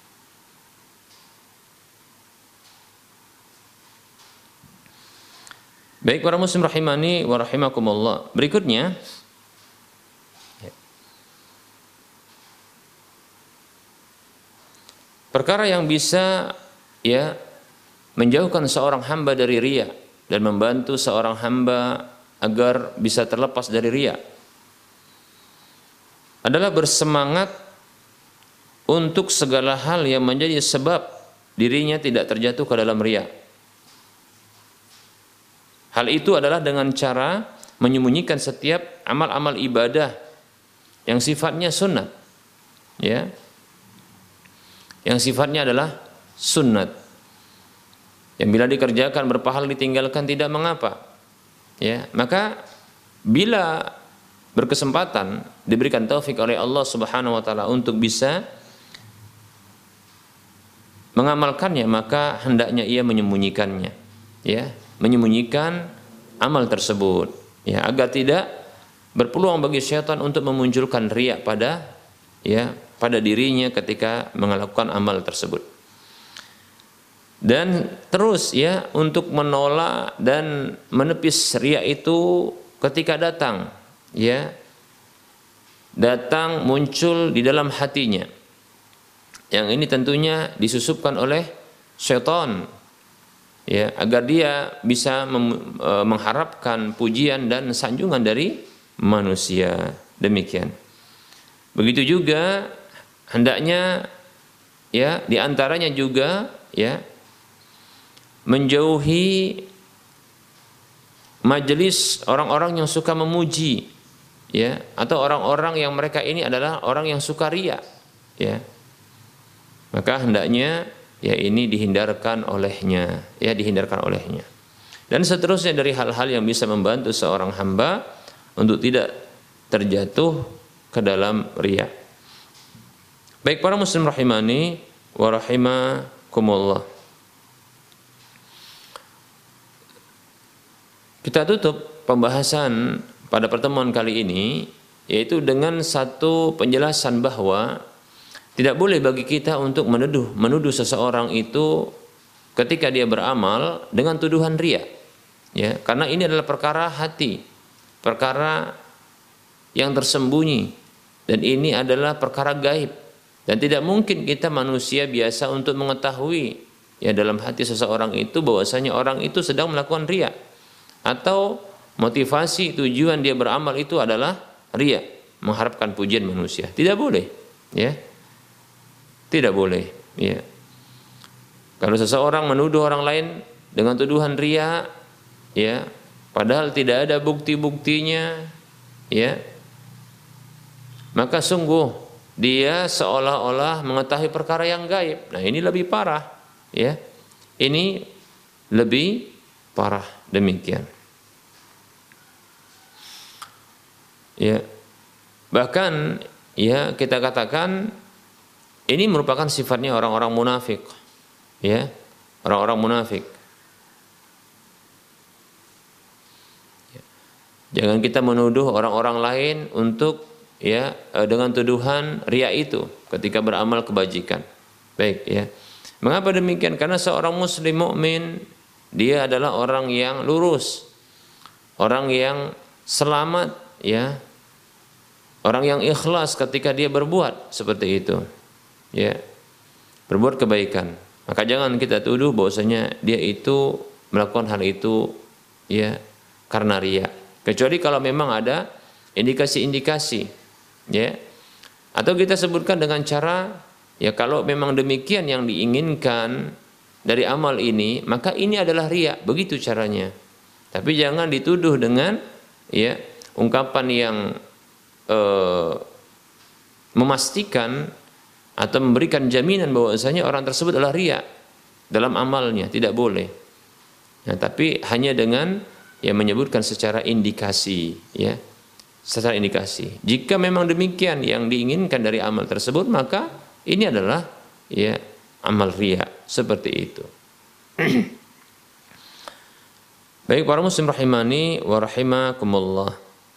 Baik para muslim rahimani wa rahimakumullah. Berikutnya perkara yang bisa ya menjauhkan seorang hamba dari riya dan membantu seorang hamba agar bisa terlepas dari riya adalah bersemangat untuk segala hal yang menjadi sebab dirinya tidak terjatuh ke dalam riya. Hal itu adalah dengan cara menyembunyikan setiap amal-amal ibadah yang sifatnya sunnat, ya, yang sifatnya adalah sunnat, yang bila dikerjakan berpahala, ditinggalkan tidak mengapa, ya. Maka bila berkesempatan diberikan taufik oleh Allah Subhanahu wa taala untuk bisa mengamalkannya, maka hendaknya ia menyembunyikannya, ya, menyembunyikan amal tersebut, ya, agar tidak berpeluang bagi syaitan untuk memunculkan riya pada dirinya ketika melakukan amal tersebut. Dan terus ya untuk menolak dan menepis riya itu ketika datang, ya, datang muncul di dalam hatinya. Yang ini tentunya disusupkan oleh syaitan, ya, agar dia bisa mengharapkan pujian dan sanjungan dari manusia. Demikian. Begitu juga hendaknya ya diantaranya juga ya menjauhi majelis orang-orang yang suka memuji, ya, atau orang-orang yang mereka ini adalah orang yang suka riya, ya. Maka hendaknya ya ini dihindarkan olehnya, ya, dihindarkan olehnya. Dan seterusnya dari hal-hal yang bisa membantu seorang hamba untuk tidak terjatuh ke dalam riya. Baik para muslim rahimani wa rahimakumullah. Kita tutup pembahasan pada pertemuan kali ini yaitu dengan satu penjelasan bahwa tidak boleh bagi kita untuk menuduh seseorang itu ketika dia beramal dengan tuduhan riya. Ya, karena ini adalah perkara hati, perkara yang tersembunyi, dan ini adalah perkara gaib, dan tidak mungkin kita manusia biasa untuk mengetahui ya dalam hati seseorang itu bahwasanya orang itu sedang melakukan riya, atau motivasi tujuan dia beramal itu adalah riya, mengharapkan pujian manusia. Tidak boleh, ya, tidak boleh. Ya, kalau seseorang menuduh orang lain dengan tuduhan riya, ya, padahal tidak ada bukti-buktinya, ya, maka sungguh dia seolah-olah mengetahui perkara yang gaib. Nah, ini lebih parah, ya. Ini lebih parah demikian. Ya. Bahkan ya kita katakan ini merupakan sifatnya orang-orang munafik. Ya, orang-orang munafik. Jangan kita menuduh orang-orang lain untuk ya dengan tuduhan riya itu ketika beramal kebajikan. Baik, ya. Mengapa demikian? Karena seorang muslim mukmin dia adalah orang yang lurus, orang yang selamat, ya. Orang yang ikhlas ketika dia berbuat seperti itu. Ya. Berbuat kebaikan. Maka jangan kita tuduh bahwasanya dia itu melakukan hal itu ya karena riya. Kecuali kalau memang ada indikasi-indikasi, ya. Atau kita sebutkan dengan cara, ya kalau memang demikian yang diinginkan dari amal ini, maka ini adalah riya, begitu caranya. Tapi jangan dituduh dengan ya ungkapan yang memastikan atau memberikan jaminan bahwasanya orang tersebut adalah riya dalam amalnya, tidak boleh. Nah, tapi hanya dengan ya menyebutkan secara indikasi, ya, secara indikasi. Jika memang demikian yang diinginkan dari amal tersebut, maka ini adalah ya amal riya seperti itu. Baik para muslim rahimani wa rahimakumullah.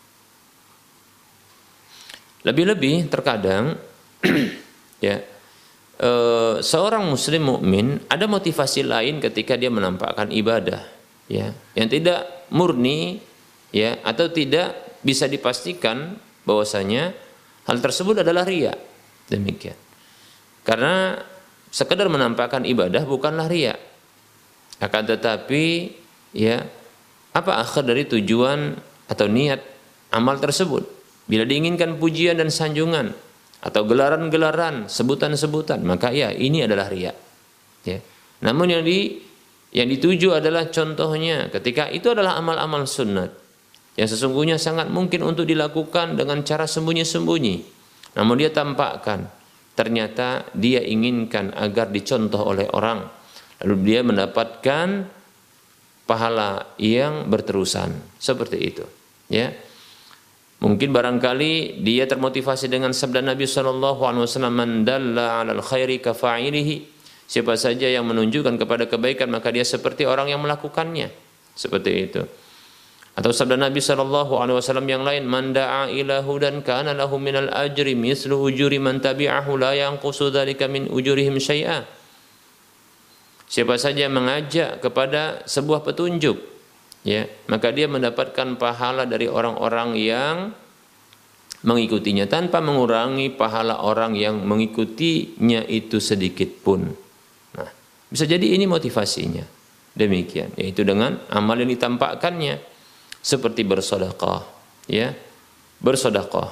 Lebih-lebih terkadang ya seorang muslim mukmin ada motivasi lain ketika dia menampakkan ibadah, ya, yang tidak murni, ya, atau tidak bisa dipastikan bahwasanya hal tersebut adalah riya. Demikian. Karena sekedar menampakkan ibadah bukanlah riya. Akan tetapi ya apa akhir dari tujuan atau niat amal tersebut? Bila diinginkan pujian dan sanjungan atau gelaran-gelaran, sebutan-sebutan, maka ya ini adalah riya. Ya. Namun yang dituju adalah contohnya ketika itu adalah amal-amal sunnat yang sesungguhnya sangat mungkin untuk dilakukan dengan cara sembunyi-sembunyi. Namun dia tampakkan, ternyata dia inginkan agar dicontoh oleh orang. Lalu dia mendapatkan pahala yang berterusan. Seperti itu. Ya. Mungkin barangkali dia termotivasi dengan sabda Nabi SAW, "Man dalla 'alal khairi kafa'ilihi." Siapa saja yang menunjukkan kepada kebaikan maka dia seperti orang yang melakukannya. Seperti itu. Atau sabda Nabi SAW yang lain, "Man da'a ila hudan kana lahu minal ajri mislu ujuri man tabi'ahu la yanqusu dzalika min ujurihim syai'a." Siapa saja yang mengajak kepada sebuah petunjuk, ya, maka dia mendapatkan pahala dari orang-orang yang mengikutinya tanpa mengurangi pahala orang yang mengikutinya itu sedikit pun. Nah, bisa jadi ini motivasinya. Demikian, yaitu dengan amal yang ditampakkannya seperti bersedekah, ya. Bersedekah.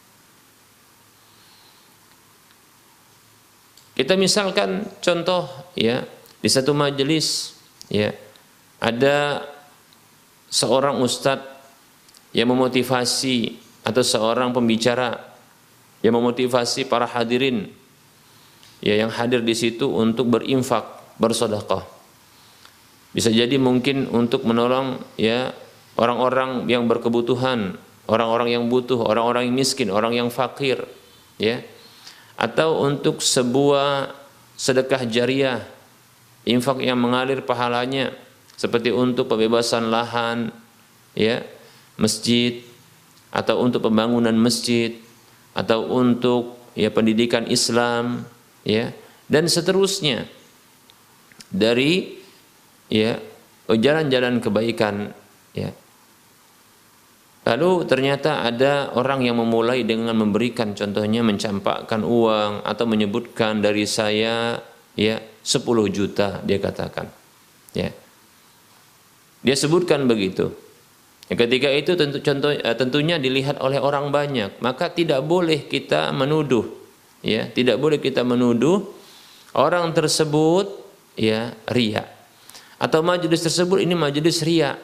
Kita misalkan contoh, ya, di satu majelis, ya, ada seorang ustadz yang memotivasi atau seorang pembicara yang memotivasi para hadirin, ya, yang hadir di situ untuk berinfak, bersedekah. Bisa jadi mungkin untuk menolong, ya, orang-orang yang berkebutuhan, orang-orang yang butuh, orang-orang yang miskin, orang yang fakir, ya, atau untuk sebuah sedekah jariah, infak yang mengalir pahalanya, seperti untuk pembebasan lahan, ya, masjid, atau untuk pembangunan masjid, atau untuk ya pendidikan Islam, ya, dan seterusnya. dari ya jalan-jalan kebaikan ya. Lalu ternyata ada orang yang memulai dengan memberikan, contohnya mencampakkan uang atau menyebutkan dari saya ya 10 juta dia katakan. Ya. Dia sebutkan begitu. Ya, ketika itu tentunya dilihat oleh orang banyak, maka tidak boleh kita menuduh ya, tidak boleh kita menuduh orang tersebut ya riya. Atau majelis tersebut ini majelis riya.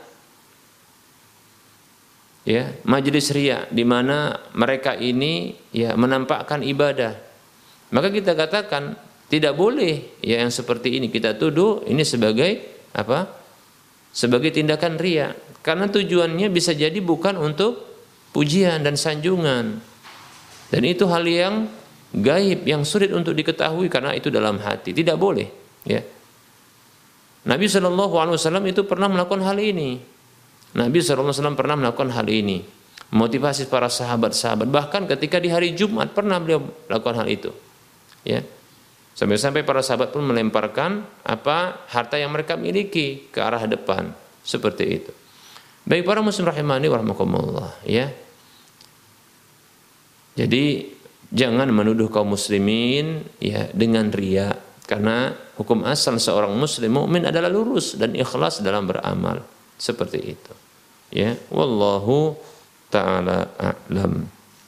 Ya, majelis riya di mana mereka ini ya menampakkan ibadah. Maka kita katakan tidak boleh ya yang seperti ini kita tuduh ini sebagai apa? Sebagai tindakan riya. Karena tujuannya bisa jadi bukan untuk pujian dan sanjungan. Dan itu hal yang gaib yang sulit untuk diketahui karena itu dalam hati. Tidak boleh, ya. Nabi SAW itu pernah melakukan hal ini. Nabi SAW pernah melakukan hal ini, motivasi para sahabat-sahabat. Bahkan ketika di hari Jumat pernah beliau melakukan hal itu, ya. Sampai-sampai para sahabat pun melemparkan harta yang mereka miliki ke arah depan, seperti itu. Baik para muslim rahimani wa rahmakumullah, ya. Jadi jangan menuduh kaum muslimin ya dengan riya, karena hukum asal seorang muslim mukmin adalah lurus dan ikhlas dalam beramal. Seperti itu. Ya, wallahu taala a'lam.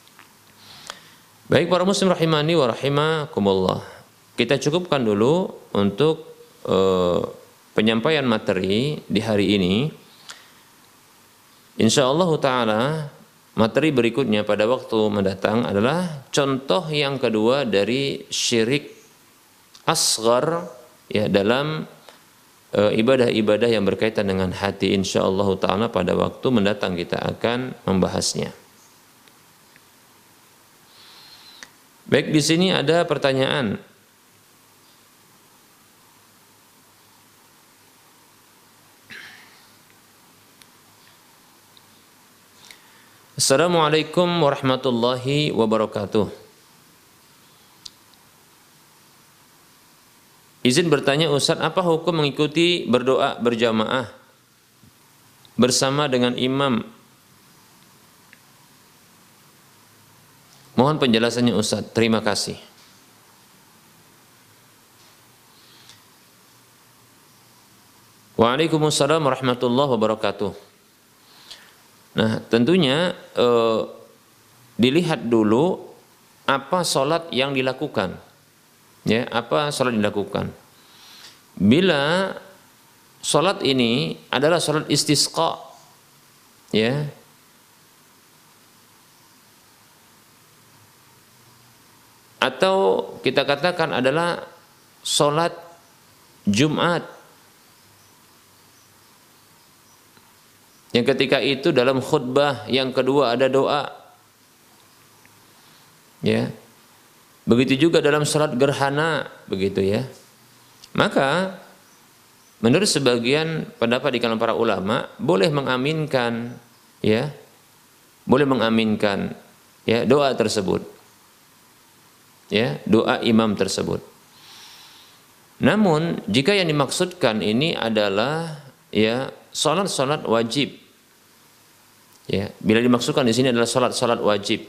Baik para muslim rahimani wa rahimakumullah. Kita cukupkan dulu untuk penyampaian materi di hari ini. Insyaallah taala materi berikutnya pada waktu mendatang adalah contoh yang kedua dari syirik asghar ya dalam ibadah-ibadah yang berkaitan dengan hati. Insyaallah ta'ala pada waktu mendatang kita akan membahasnya. Baik, di sini ada pertanyaan. Assalamualaikum warahmatullahi wabarakatuh. Izin bertanya Ustaz, apa hukum mengikuti berdoa berjamaah bersama dengan imam? Mohon penjelasannya Ustaz. Terima kasih. Waalaikumsalam warahmatullahi wabarakatuh. Nah, tentunya dilihat dulu apa sholat yang dilakukan. Ya, apa sholat dilakukan? Bila sholat ini adalah sholat istisqa, ya, atau kita katakan adalah sholat Jumat, yang ketika itu dalam khutbah yang kedua ada doa, ya. Begitu juga dalam salat gerhana, begitu ya. Maka menurut sebagian pendapat di kalangan para ulama boleh mengaminkan ya. Boleh mengaminkan ya doa tersebut. Ya, doa imam tersebut. Namun jika yang dimaksudkan ini adalah ya salat wajib. Ya, bila dimaksudkan di sini adalah salat wajib.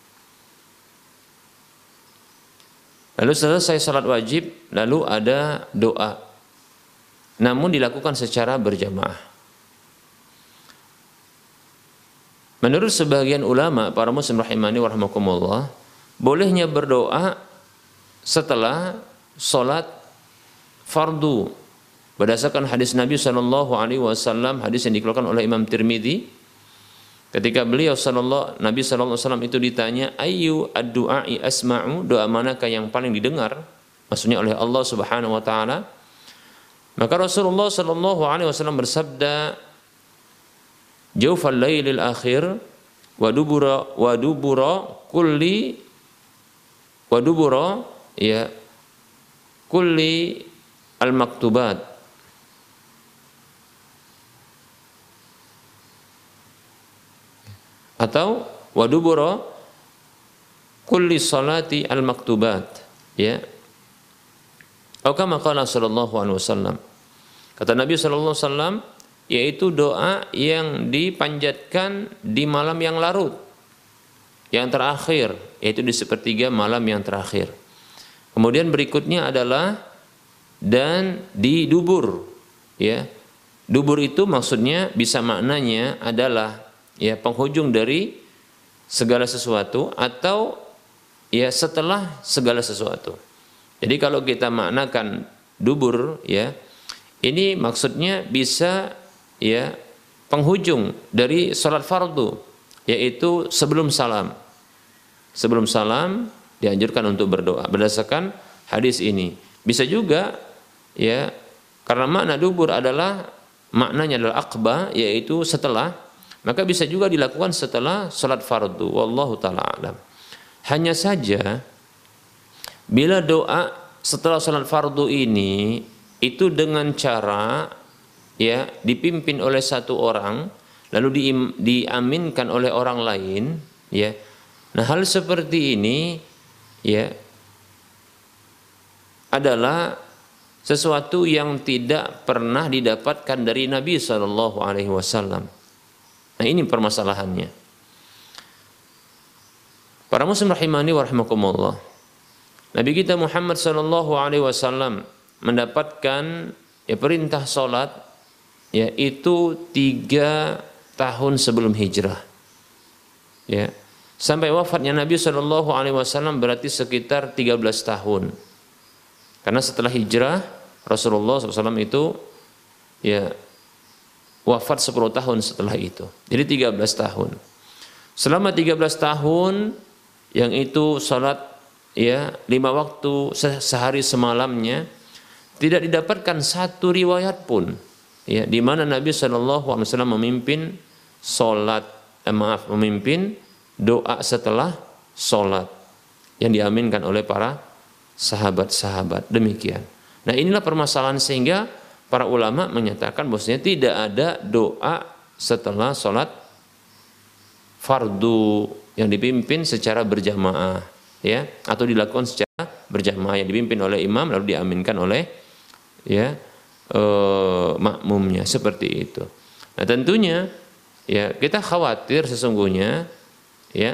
Lalu selesai salat wajib, lalu ada doa. Namun dilakukan secara berjamaah. Menurut sebagian ulama, para muslim rahimani wa rahmakumullah, bolehnya berdoa setelah salat fardu. Berdasarkan hadis Nabi SAW, hadis yang dikeluarkan oleh Imam Tirmidzi, ketika Nabi SAW itu ditanya, ayyu ad-du'ai asma'u, doa manakah yang paling didengar, maksudnya oleh Allah Subhanahu wa taala, maka Rasulullah SAW bersabda, jawfal lailil akhir wa dubura kulli al-maktubat. Atau wadubura kulli salati al-maktubat, ya. Atau kama qala sallallahu alaihi wasallam. Kata Nabi sallallahu alaihi wasallam, yaitu doa yang dipanjatkan di malam yang larut, yang terakhir, yaitu di sepertiga malam yang terakhir. Kemudian berikutnya adalah dan di dubur, ya. Dubur itu maksudnya bisa maknanya adalah ya penghujung dari segala sesuatu atau ya setelah segala sesuatu. Jadi kalau kita maknakan dubur ya, ini maksudnya bisa ya penghujung dari salat fardu, yaitu sebelum salam. Sebelum salam dianjurkan untuk berdoa berdasarkan hadis ini. Bisa juga ya karena makna dubur adalah maknanya adalah aqba, yaitu setelah, maka bisa juga dilakukan setelah salat fardu. Wallahu taala alam. Hanya saja bila doa setelah salat fardu ini itu dengan cara ya dipimpin oleh satu orang lalu diaminkan oleh orang lain ya. Nah, hal seperti ini ya adalah sesuatu yang tidak pernah didapatkan dari Nabi Shallallahu Alaihi Wasallam. Nah, ini permasalahannya. Para muslim rahimani wa rahimakumullah. Nabi kita Muhammad Shallallahu Alaihi Wasallam mendapatkan ya perintah salat yaitu 3 tahun sebelum hijrah. Ya. Sampai wafatnya Nabi Shallallahu Alaihi Wasallam berarti sekitar 13 tahun. Karena setelah hijrah Rasulullah SAW itu ya wafat 10 tahun setelah itu. Jadi 13 tahun. Selama 13 tahun yang itu salat ya 5 waktu sehari semalamnya, tidak didapatkan satu riwayat pun ya di mana Nabi SAW memimpin memimpin doa setelah salat yang diaminkan oleh para sahabat-sahabat. Demikian. Nah, inilah permasalahan sehingga para ulama menyatakan bahwasanya tidak ada doa setelah salat fardu yang dipimpin secara berjamaah ya atau dilakukan secara berjamaah yang dipimpin oleh imam lalu diaminkan oleh ya makmumnya, seperti itu. Nah, tentunya ya kita khawatir sesungguhnya ya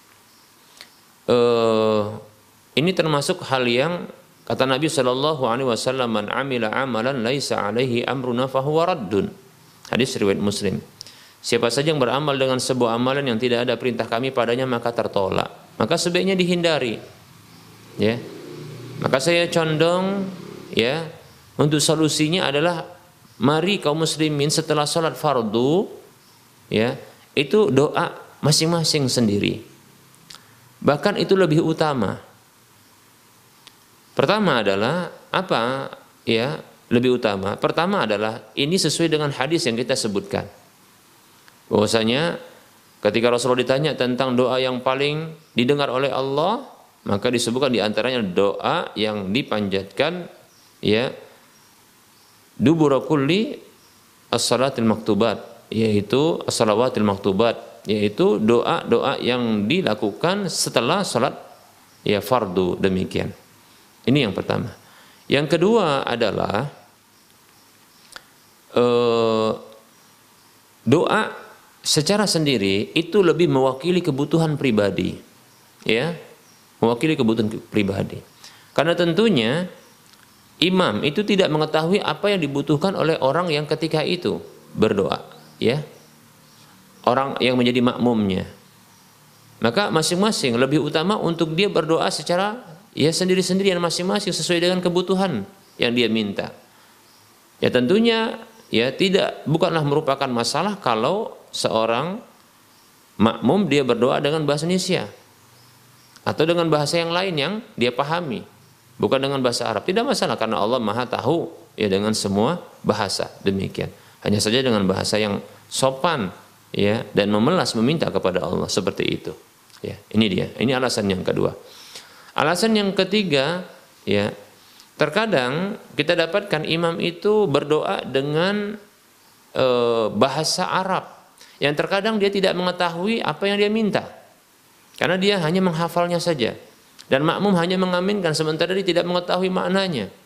ini termasuk hal yang kata Nabi Shallallahu Alaihi Wasallam, "Man amila amalan laisa alaihi amruna fahuwa raddun." Hadis riwayat Muslim. Siapa saja yang beramal dengan sebuah amalan yang tidak ada perintah kami padanya maka tertolak. Maka sebaiknya dihindari. Ya. Maka saya condong ya untuk solusinya adalah mari kaum muslimin setelah salat fardu ya itu doa masing-masing sendiri. Bahkan itu lebih utama. Pertama adalah apa ya lebih utama? Pertama adalah ini sesuai dengan hadis yang kita sebutkan. Bahwasanya ketika Rasulullah ditanya tentang doa yang paling didengar oleh Allah, maka disebutkan di antaranya doa yang dipanjatkan ya dubura kulli as-salatil maktubat, yaitu as-salawatil maktubat, yaitu doa-doa yang dilakukan setelah salat ya fardu. Demikian. Ini yang pertama. Yang kedua adalah doa secara sendiri itu lebih mewakili kebutuhan pribadi, ya, mewakili kebutuhan pribadi. Karena tentunya imam itu tidak mengetahui apa yang dibutuhkan oleh orang yang ketika itu berdoa, ya, orang yang menjadi makmumnya. Maka masing-masing lebih utama untuk dia berdoa secara ya sendiri-sendirian masing-masing sesuai dengan kebutuhan yang dia minta. Ya tentunya ya bukanlah merupakan masalah kalau seorang makmum dia berdoa dengan bahasa Indonesia atau dengan bahasa yang lain yang dia pahami, bukan dengan bahasa Arab. Tidak masalah karena Allah Maha tahu ya dengan semua bahasa. Demikian. Hanya saja dengan bahasa yang sopan ya dan memelas meminta kepada Allah seperti itu. Ya, ini dia. Ini alasan yang kedua. Alasan yang ketiga, ya, terkadang kita dapatkan imam itu berdoa dengan bahasa Arab yang terkadang dia tidak mengetahui apa yang dia minta, karena dia hanya menghafalnya saja dan makmum hanya mengaminkan sementara dia tidak mengetahui maknanya.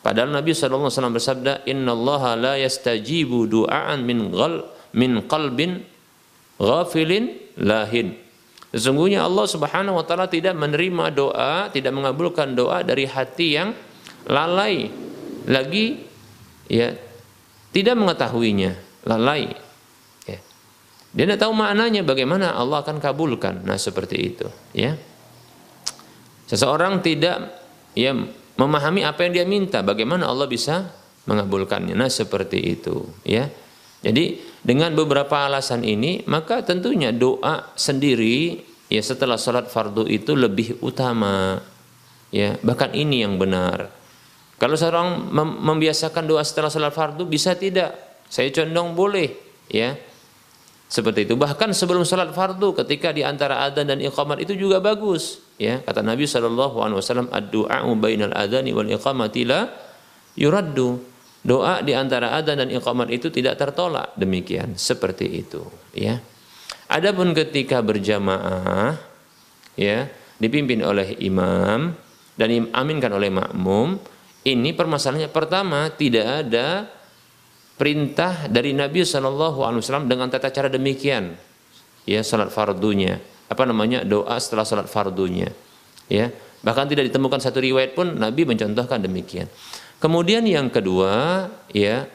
Padahal Nabi SAW bersabda, Innallaha la yastajibu du'aan min qalbin ghafilin lahin. Sesungguhnya Allah Subhanahu wa taala tidak menerima doa, tidak mengabulkan doa dari hati yang lalai, lagi ya tidak mengetahuinya, lalai. Ya. Dia tidak tahu maknanya, bagaimana Allah akan kabulkan. Nah, seperti itu, ya. Seseorang tidak ya memahami apa yang dia minta, bagaimana Allah bisa mengabulkannya. Nah, seperti itu, ya. Jadi dengan beberapa alasan ini, maka tentunya doa sendiri ya setelah sholat fardu itu lebih utama, ya. Bahkan ini yang benar. Kalau seorang membiasakan doa setelah sholat fardu, bisa tidak? Saya condong boleh, ya. Seperti itu. Bahkan sebelum sholat fardu, ketika di antara adzan dan iqamat itu juga bagus. Ya, kata Nabi SAW, ad-du'a'u bainal adzani wal iqamati la yuraddu. Doa di antara adzan dan iqamat itu tidak tertolak. Demikian, seperti itu. Ya. Adapun ketika berjamaah, ya, dipimpin oleh imam dan diaminkan oleh makmum, ini permasalahannya pertama, tidak ada perintah dari Nabi SAW dengan tata cara demikian, ya, salat fardunya, doa setelah salat fardunya, ya. Bahkan tidak ditemukan satu riwayat pun Nabi mencontohkan demikian. Kemudian yang kedua, ya,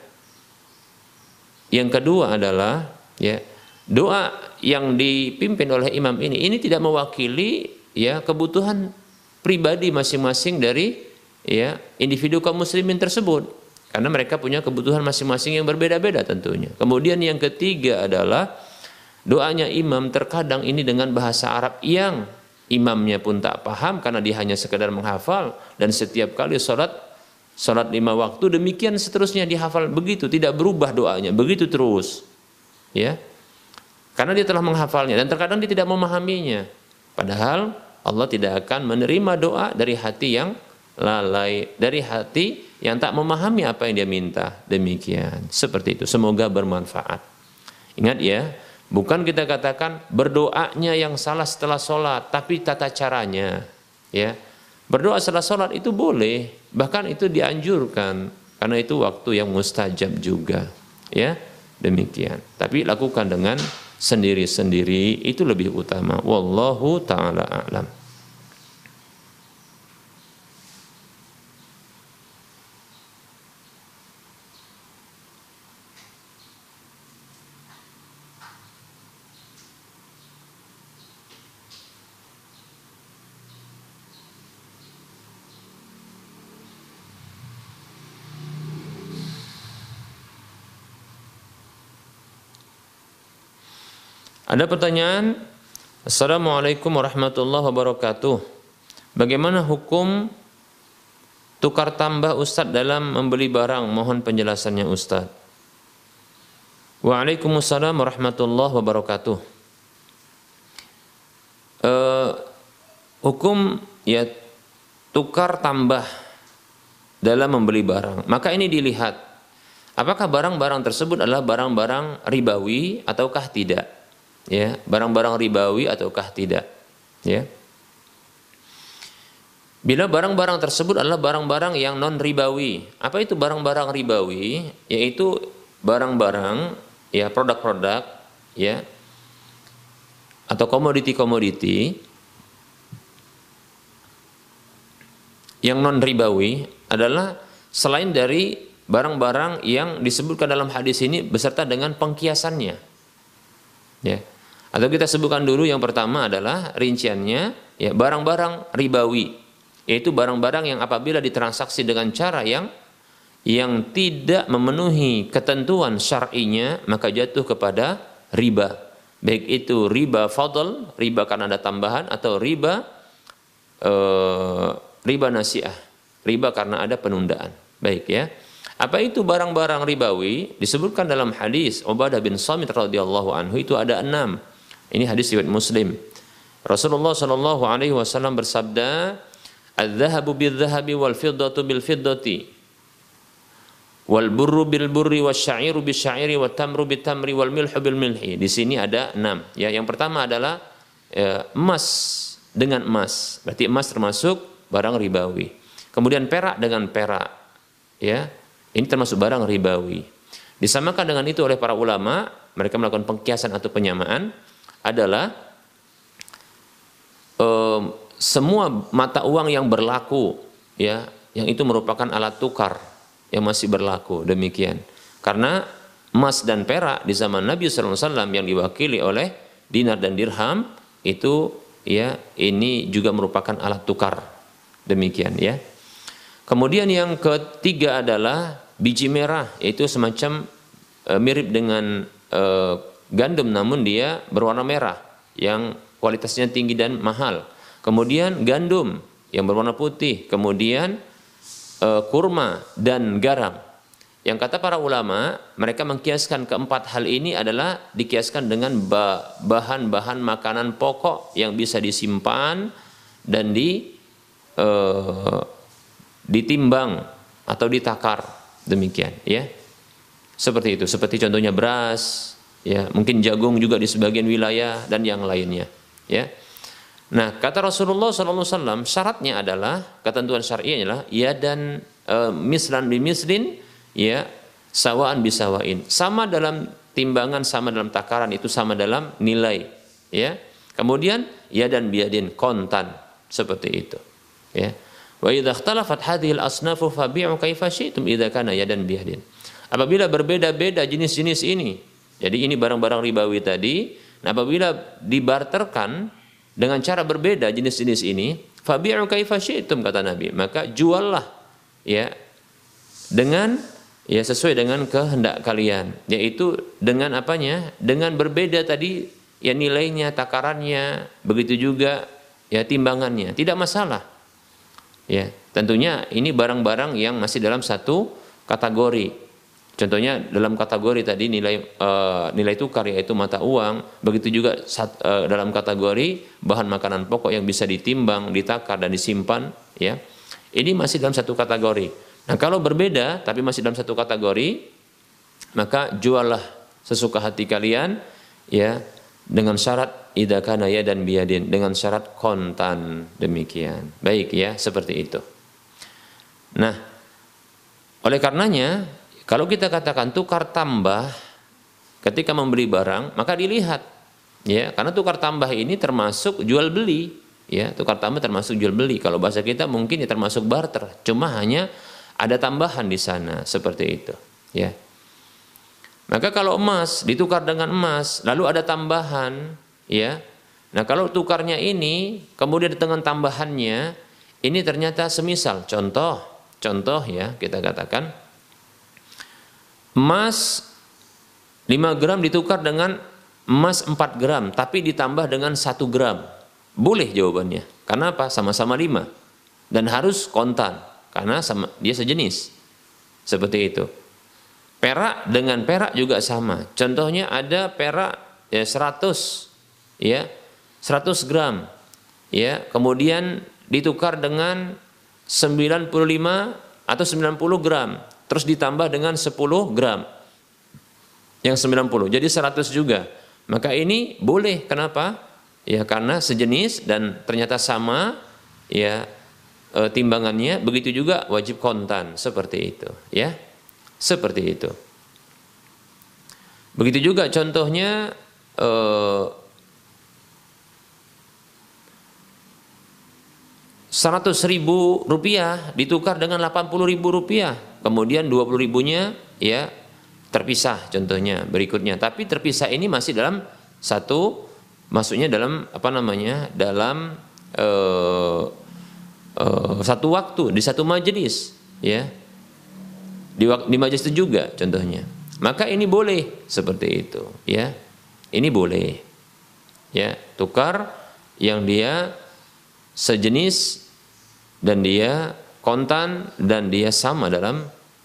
yang kedua adalah, ya, doa yang dipimpin oleh imam ini tidak mewakili, ya, kebutuhan pribadi masing-masing dari, ya, individu kaum muslimin tersebut. Karena mereka punya kebutuhan masing-masing yang berbeda-beda tentunya. Kemudian yang ketiga adalah doanya imam terkadang ini dengan bahasa Arab yang imamnya pun tak paham karena dia hanya sekedar menghafal, dan setiap kali sholat 5 waktu demikian seterusnya dihafal begitu, tidak berubah doanya, begitu terus. Ya. Karena dia telah menghafalnya dan terkadang dia tidak memahaminya. Padahal Allah tidak akan menerima doa dari hati yang lalai, dari hati yang tak memahami apa yang dia minta. Demikian, seperti itu. Semoga bermanfaat. Ingat ya, bukan kita katakan berdoanya yang salah setelah sholat, tapi tata caranya. Ya, berdoa setelah sholat itu boleh, bahkan itu dianjurkan, karena itu waktu yang mustajab juga. Ya, demikian. Tapi lakukan dengan sendiri-sendiri, itu lebih utama. Wallahu ta'ala a'lam. Ada pertanyaan, Assalamualaikum warahmatullahi wabarakatuh. Bagaimana hukum tukar tambah Ustadz dalam membeli barang? Mohon penjelasannya Ustadz. Waalaikumsalam warahmatullahi wabarakatuh. Hukum ya tukar tambah dalam membeli barang. Maka ini dilihat, apakah barang-barang tersebut adalah barang-barang ribawi ataukah tidak. Ya, barang-barang ribawi ataukah tidak, ya. Bila barang-barang tersebut adalah barang-barang yang non ribawi. Apa itu barang-barang ribawi? Yaitu barang-barang, ya, produk-produk, ya, atau komoditi-komoditi yang non ribawi adalah selain dari barang-barang yang disebutkan dalam hadis ini beserta dengan pengkiasannya, ya. Atau kita sebutkan dulu yang pertama adalah rinciannya, ya, barang-barang ribawi, yaitu barang-barang yang apabila ditransaksi dengan cara yang tidak memenuhi ketentuan syar'inya maka jatuh kepada riba. Baik itu riba fadl, riba karena ada tambahan, atau riba nasi'ah, riba karena ada penundaan. Baik, ya. Apa itu barang-barang ribawi? Disebutkan dalam hadis Ubadah bin Samit radhiyallahu anhu, itu ada 6. Ini hadis riwayat Muslim. Rasulullah sallallahu alaihi wasallam bersabda, "Adz-dzahabu bil-dzahabi wal fiddatu bil-fiddati wal burru bil-burri wasy-sya'iru bis-syairi wat tamru bit-tamri wal milhu bil-milhi." Di sini ada 6. Ya, yang pertama adalah emas dengan emas. Berarti emas termasuk barang ribawi. Kemudian perak dengan perak. ya, ini termasuk barang ribawi. Disamakan dengan itu oleh para ulama, mereka melakukan pengkiasan atau penyamaan adalah semua mata uang yang berlaku, ya, yang itu merupakan alat tukar yang masih berlaku, demikian. Karena emas dan perak di zaman Nabi SAW yang diwakili oleh dinar dan dirham itu, ya, ini juga merupakan alat tukar, demikian, ya. Kemudian yang ketiga adalah biji merah, yaitu semacam mirip dengan gandum namun dia berwarna merah yang kualitasnya tinggi dan mahal. Kemudian gandum yang berwarna putih, kemudian kurma dan garam. Yang kata para ulama, mereka mengkiaskan keempat hal ini adalah dikiaskan dengan bahan-bahan makanan pokok yang bisa disimpan dan ditimbang atau ditakar, demikian, ya. Seperti itu, seperti contohnya beras, ya, mungkin jagung juga di sebagian wilayah dan yang lainnya, ya. Nah, kata Rasulullah SAW, syaratnya adalah, ketentuan syar'inya adalah ya dan mislan bimislin, ya, sawaan bisawain, sama dalam timbangan, sama dalam takaran, itu sama dalam nilai, ya. Kemudian ya dan biadin, kontan, seperti itu, ya. Wa idza ikhtalafat hadhil asnafu fabi'u kaifa syi'tum idza kana yadan biyadin. Apabila berbeda-beda jenis-jenis ini, jadi ini barang-barang ribawi tadi, nah apabila dibarterkan dengan cara berbeda jenis-jenis ini, fabi'u kaifa syi'tum, kata Nabi, maka juallah, ya, dengan, ya, sesuai dengan kehendak kalian, yaitu dengan apanya? Dengan berbeda tadi, ya, nilainya, takarannya, begitu juga, ya, timbangannya, tidak masalah. Ya, tentunya ini barang-barang yang masih dalam satu kategori. Contohnya dalam kategori tadi nilai tukar, yaitu mata uang, begitu juga dalam kategori bahan makanan pokok yang bisa ditimbang, ditakar dan disimpan, ya. Ini masih dalam satu kategori. Nah, kalau berbeda tapi masih dalam satu kategori, maka juallah sesuka hati kalian, ya, dengan syarat idza kana yadan biyadin, dengan syarat kontan, demikian. Baik, ya, seperti itu. Nah, oleh karenanya kalau kita katakan tukar tambah ketika membeli barang, maka dilihat, ya, karena tukar tambah ini termasuk jual beli, ya, tukar tambah termasuk jual beli. Kalau bahasa kita mungkin ya termasuk barter, cuma hanya ada tambahan di sana, seperti itu, ya. Maka kalau emas ditukar dengan emas, lalu ada tambahan, ya. Nah, kalau tukarnya ini kemudian dengan tambahannya ini ternyata semisal, contoh, ya, kita katakan emas 5 gram ditukar dengan emas 4 gram, tapi ditambah dengan 1 gram. Boleh jawabannya. Karena apa? Sama-sama 5. Dan harus kontan, karena dia sejenis. Seperti itu. Perak dengan perak juga sama. Contohnya ada perak, ya, 100, ya, 100 gram, ya, kemudian ditukar dengan 95 atau 90 gram, terus ditambah dengan 10 gram yang 90, jadi 100 juga. Maka ini boleh. Kenapa? Ya, karena sejenis dan ternyata sama, ya, timbangannya. Begitu juga wajib kontan, seperti itu, ya. Seperti itu. Begitu juga contohnya 100.000 rupiah ditukar dengan 80.000 rupiah, kemudian 20.000-nya, ya, terpisah, contohnya berikutnya. Tapi terpisah ini masih dalam satu, maksudnya dalam apa namanya, dalam satu waktu, di satu majelis, ya. Di majelis itu juga contohnya. Maka ini boleh seperti itu, ya. Ini boleh, ya, tukar yang dia sejenis dan dia kontan dan dia sama dalam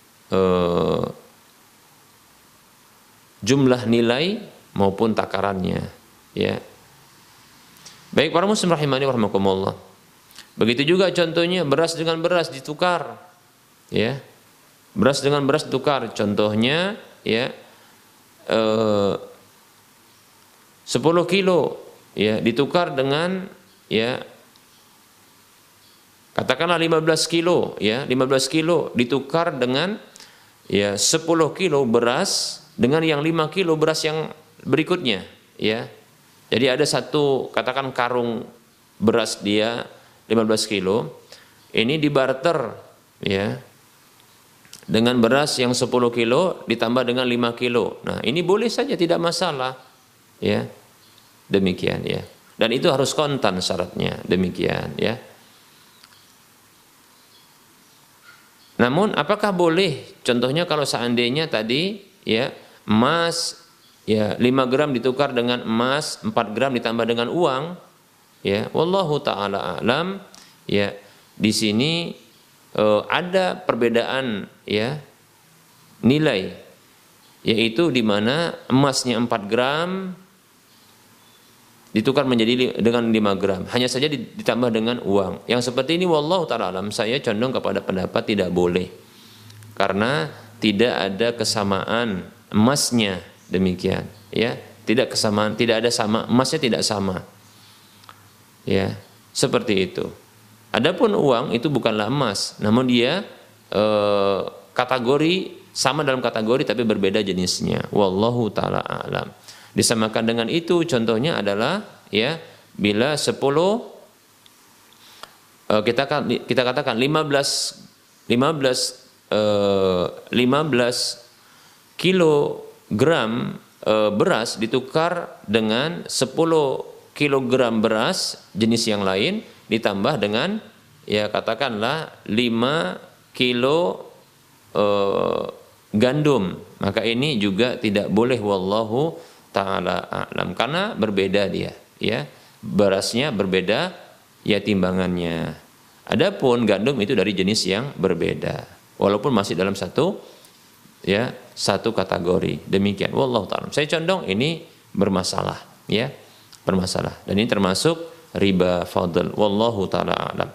jumlah nilai maupun takarannya, ya. Baik para muslim rahimani wa rahimakumullah. Begitu juga contohnya beras dengan beras ditukar, ya. Beras dengan beras ditukar, contohnya, ya, 10 kilo, ya, ditukar dengan, ya, Katakanlah 15 kilo, ya, 15 kilo ditukar dengan ya 10 kilo beras dengan yang 5 kilo beras yang berikutnya, ya. Jadi ada satu, katakan karung beras dia 15 kilo, ini dibarter, ya, dengan beras yang 10 kilo ditambah dengan 5 kilo. Nah, ini boleh saja, tidak masalah, ya. Demikian, ya. Dan itu harus kontan syaratnya, demikian, ya. Namun apakah boleh, contohnya kalau seandainya tadi, ya, emas, ya, 5 gram ditukar dengan emas, 4 gram ditambah dengan uang, ya, wallahu taala alam, ya, di sini ada perbedaan, ya, nilai, yaitu di mana emasnya 4 gram ditukar menjadi dengan 5 gram, hanya saja ditambah dengan uang. Yang seperti ini wallahu taala alam, saya condong kepada pendapat tidak boleh, karena tidak ada kesamaan emasnya, demikian, ya, tidak kesamaan, tidak ada sama, emasnya tidak sama, ya, seperti itu. Adapun uang itu bukanlah emas, namun dia kategori, sama dalam kategori tapi berbeda jenisnya. Wallahu taala alam. Disamakan dengan itu contohnya adalah, ya, bila 10 kita katakan 15 kilogram beras ditukar dengan 10 kilogram beras jenis yang lain ditambah dengan, ya, katakanlah 5 kilo gandum, maka ini juga tidak boleh wallahu taala a'lam, karena berbeda dia, ya, berasnya berbeda, ya, timbangannya. Adapun gandum itu dari jenis yang berbeda walaupun masih dalam satu, ya, satu kategori, demikian wallahu taala. Saya condong ini bermasalah, ya, bermasalah, dan ini termasuk riba fadl, wallahu taala a'lam.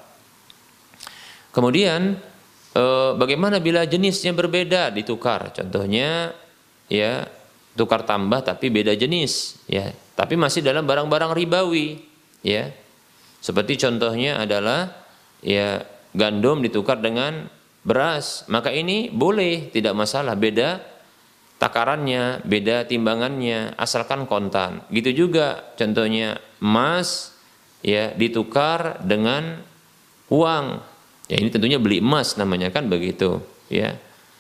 Kemudian bagaimana bila jenisnya berbeda ditukar? Contohnya, ya, tukar tambah tapi beda jenis, ya, tapi masih dalam barang-barang ribawi, ya. Seperti contohnya adalah, ya, gandum ditukar dengan beras, maka ini boleh, tidak masalah, beda takarannya, beda timbangannya, asalkan kontan. Gitu juga contohnya emas, ya, ditukar dengan uang, ya, ini tentunya beli emas namanya, kan begitu, ya.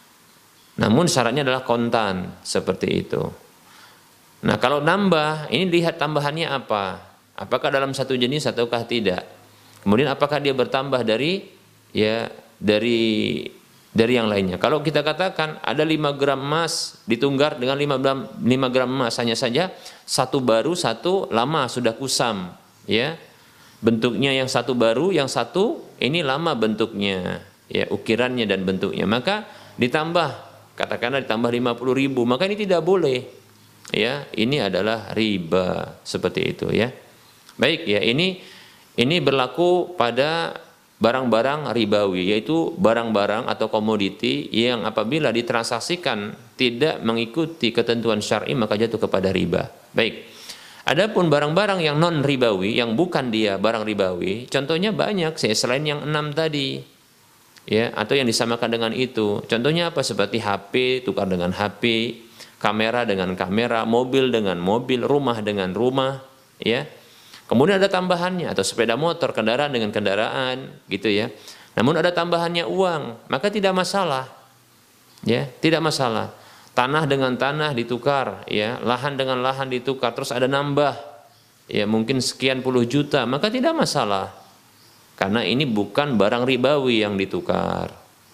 Namun syaratnya adalah kontan, seperti itu. Nah, kalau nambah, ini lihat tambahannya apa? Apakah dalam satu jenis ataukah tidak? Kemudian apakah dia bertambah dari, ya, dari yang lainnya? Kalau kita katakan ada 5 gram emas ditunggar dengan 5 gram emas, hanya saja satu baru, satu lama, sudah kusam, ya. Bentuknya yang satu baru, yang satu ini lama bentuknya, ya, ukirannya dan bentuknya, maka ditambah, katakanlah ditambah 50.000, maka ini tidak boleh, ya, ini adalah riba, seperti itu, ya. Baik, ya, ini berlaku pada barang-barang ribawi, yaitu barang-barang atau komoditi yang apabila ditransaksikan tidak mengikuti ketentuan syar'i maka jatuh kepada riba. Baik. Adapun barang-barang yang non ribawi, yang bukan dia barang ribawi, contohnya banyak, selain yang 6 tadi, ya, atau yang disamakan dengan itu. Contohnya apa? Seperti HP tukar dengan HP, kamera dengan kamera, mobil dengan mobil, rumah dengan rumah, ya. Kemudian ada tambahannya, atau sepeda motor, kendaraan dengan kendaraan, gitu, ya. Namun ada tambahannya uang, maka tidak masalah, ya, tidak masalah. Tanah dengan tanah ditukar, ya, lahan dengan lahan ditukar, terus ada nambah, ya, mungkin sekian puluh juta, maka tidak masalah, karena ini bukan barang ribawi yang ditukar,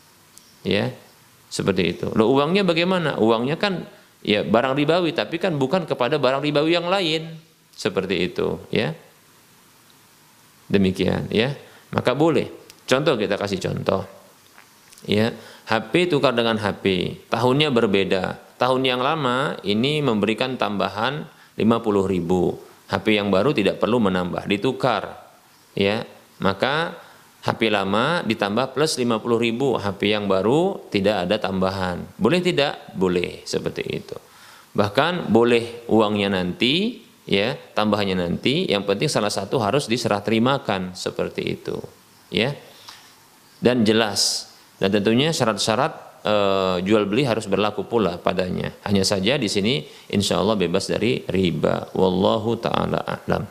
ya, seperti itu. Loh, uangnya bagaimana? Uangnya kan, ya, barang ribawi, tapi kan bukan kepada barang ribawi yang lain, seperti itu, ya. Demikian, ya, maka boleh. Contoh, kita kasih contoh, ya, HP tukar dengan HP, tahunnya berbeda. Tahun yang lama ini memberikan tambahan 50.000, HP yang baru tidak perlu menambah, ditukar, ya, maka HP lama ditambah plus 50.000, HP yang baru tidak ada tambahan. Boleh tidak? Boleh, seperti itu. Bahkan boleh uangnya nanti, ya, tambahannya nanti, yang penting salah satu harus diserah terimakan, seperti itu, ya. dan jelas. Dan tentunya syarat-syarat jual beli harus berlaku pula padanya. Hanya saja di sini insya Allah bebas dari riba. Wallahu taala a'lam.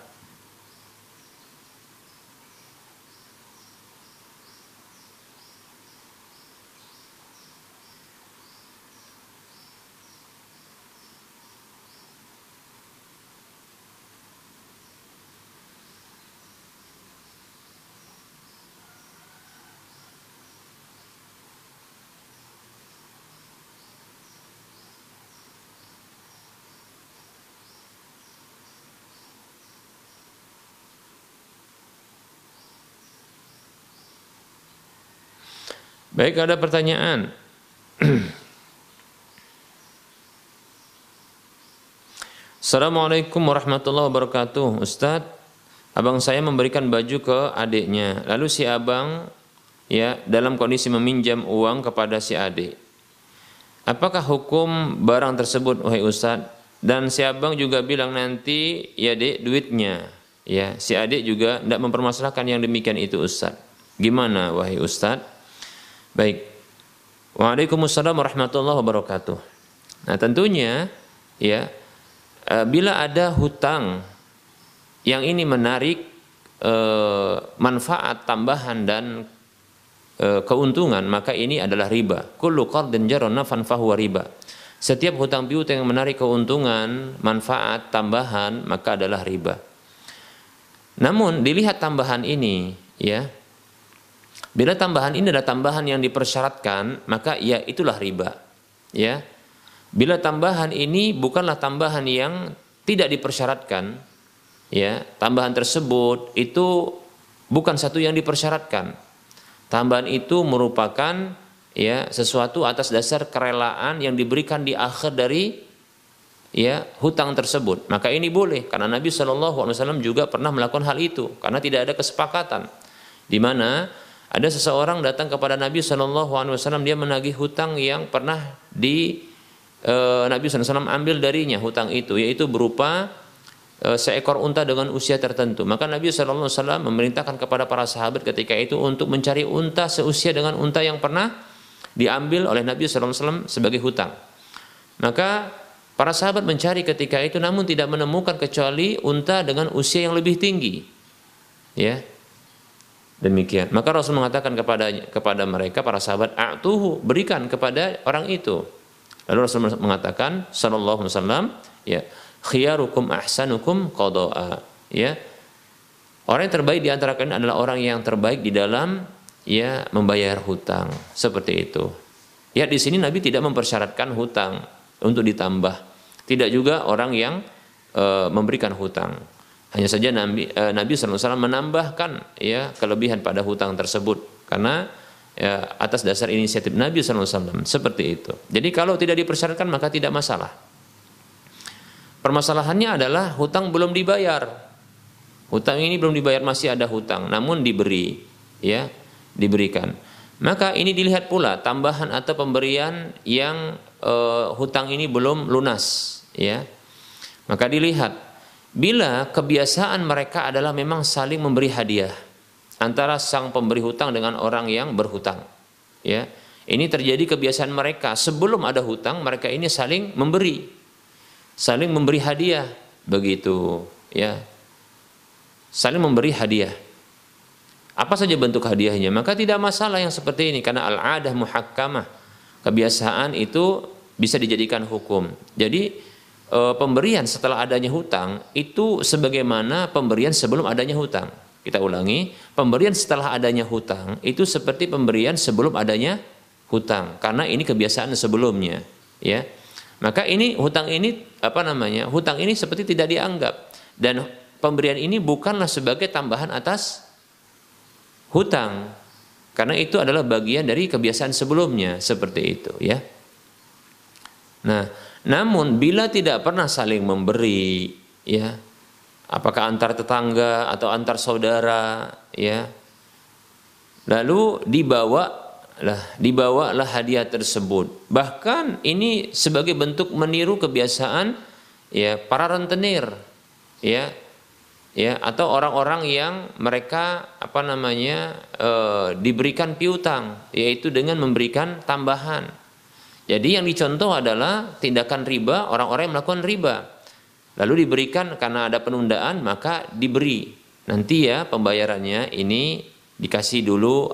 Baik, ada pertanyaan. Assalamualaikum warahmatullahi wabarakatuh. Ustadz, abang saya memberikan baju ke adiknya. Lalu si abang ya dalam kondisi meminjam uang kepada si adik. Apakah hukum barang tersebut, wahai Ustadz? Dan si abang juga bilang nanti ya dek duitnya. Ya, si adik juga tidak mempermasalahkan yang demikian itu, Ustadz. Gimana, wahai Ustadz? Baik. Waalaikumsalam warahmatullahi wabarakatuh. Nah, tentunya ya bila ada hutang yang ini menarik manfaat tambahan dan keuntungan, maka ini adalah riba. Kullu qardin jarra naf'an fahuwa riba. Setiap hutang piutang yang menarik keuntungan, manfaat tambahan, maka adalah riba. Namun dilihat tambahan ini ya. Bila tambahan ini adalah tambahan yang dipersyaratkan, maka ya itulah riba. Ya. Bila tambahan ini bukanlah tambahan yang tidak dipersyaratkan, ya, tambahan tersebut itu bukan satu yang dipersyaratkan. Tambahan itu merupakan ya sesuatu atas dasar kerelaan yang diberikan di akhir dari ya hutang tersebut. Maka ini boleh karena Nabi SAW juga pernah melakukan hal itu karena tidak ada kesepakatan di mana ada seseorang datang kepada Nabi SAW, dia menagih hutang yang pernah Nabi SAW ambil darinya hutang itu, yaitu berupa seekor unta dengan usia tertentu. Maka Nabi SAW memerintahkan kepada para sahabat ketika itu untuk mencari unta seusia dengan unta yang pernah diambil oleh Nabi SAW sebagai hutang. Maka para sahabat mencari ketika itu, namun tidak menemukan kecuali unta dengan usia yang lebih tinggi. Ya. Demikian. Maka Rasul mengatakan kepada mereka para sahabat, "A'tuhu, berikan kepada orang itu." Lalu Rasul mengatakan sallallahu alaihi wasallam, ya, "Khiyarukum ahsanukum qada'a." Ya. Orang yang terbaik di antara kalian adalah orang yang terbaik di dalam ya membayar hutang. Seperti itu. Ya, di sini Nabi tidak mempersyaratkan hutang untuk ditambah. Tidak juga orang yang memberikan hutang. Hanya saja Nabi SAW menambahkan ya kelebihan pada hutang tersebut karena ya, atas dasar inisiatif Nabi SAW seperti itu. Jadi kalau tidak dipersyaratkan maka tidak masalah. Permasalahannya adalah hutang belum dibayar. Hutang ini belum dibayar, masih ada hutang, namun diberi, ya diberikan. Maka ini dilihat pula tambahan atau pemberian yang hutang ini belum lunas, ya. Maka dilihat. Bila kebiasaan mereka adalah memang saling memberi hadiah antara sang pemberi hutang dengan orang yang berhutang, ya, ini terjadi kebiasaan mereka sebelum ada hutang, mereka ini saling memberi hadiah, begitu, ya, saling memberi hadiah. Apa saja bentuk hadiahnya, maka tidak masalah yang seperti ini karena al-adah muhakkamah, kebiasaan itu bisa dijadikan hukum. Jadi pemberian setelah adanya hutang itu sebagaimana pemberian sebelum adanya hutang. Kita ulangi, pemberian setelah adanya hutang itu seperti pemberian sebelum adanya hutang karena ini kebiasaan sebelumnya, ya. Maka ini hutang ini hutang ini seperti tidak dianggap dan pemberian ini bukanlah sebagai tambahan atas hutang karena itu adalah bagian dari kebiasaan sebelumnya, seperti itu, ya. Nah, namun bila tidak pernah saling memberi, ya, apakah antar tetangga atau antar saudara, ya, lalu dibawalah hadiah tersebut. Bahkan ini sebagai bentuk meniru kebiasaan, ya, para rentenir, ya, ya, atau orang-orang yang mereka diberikan piutang, yaitu dengan memberikan tambahan. Jadi yang dicontoh adalah tindakan riba, orang-orang yang melakukan riba lalu diberikan karena ada penundaan, maka diberi nanti ya pembayarannya ini dikasih dulu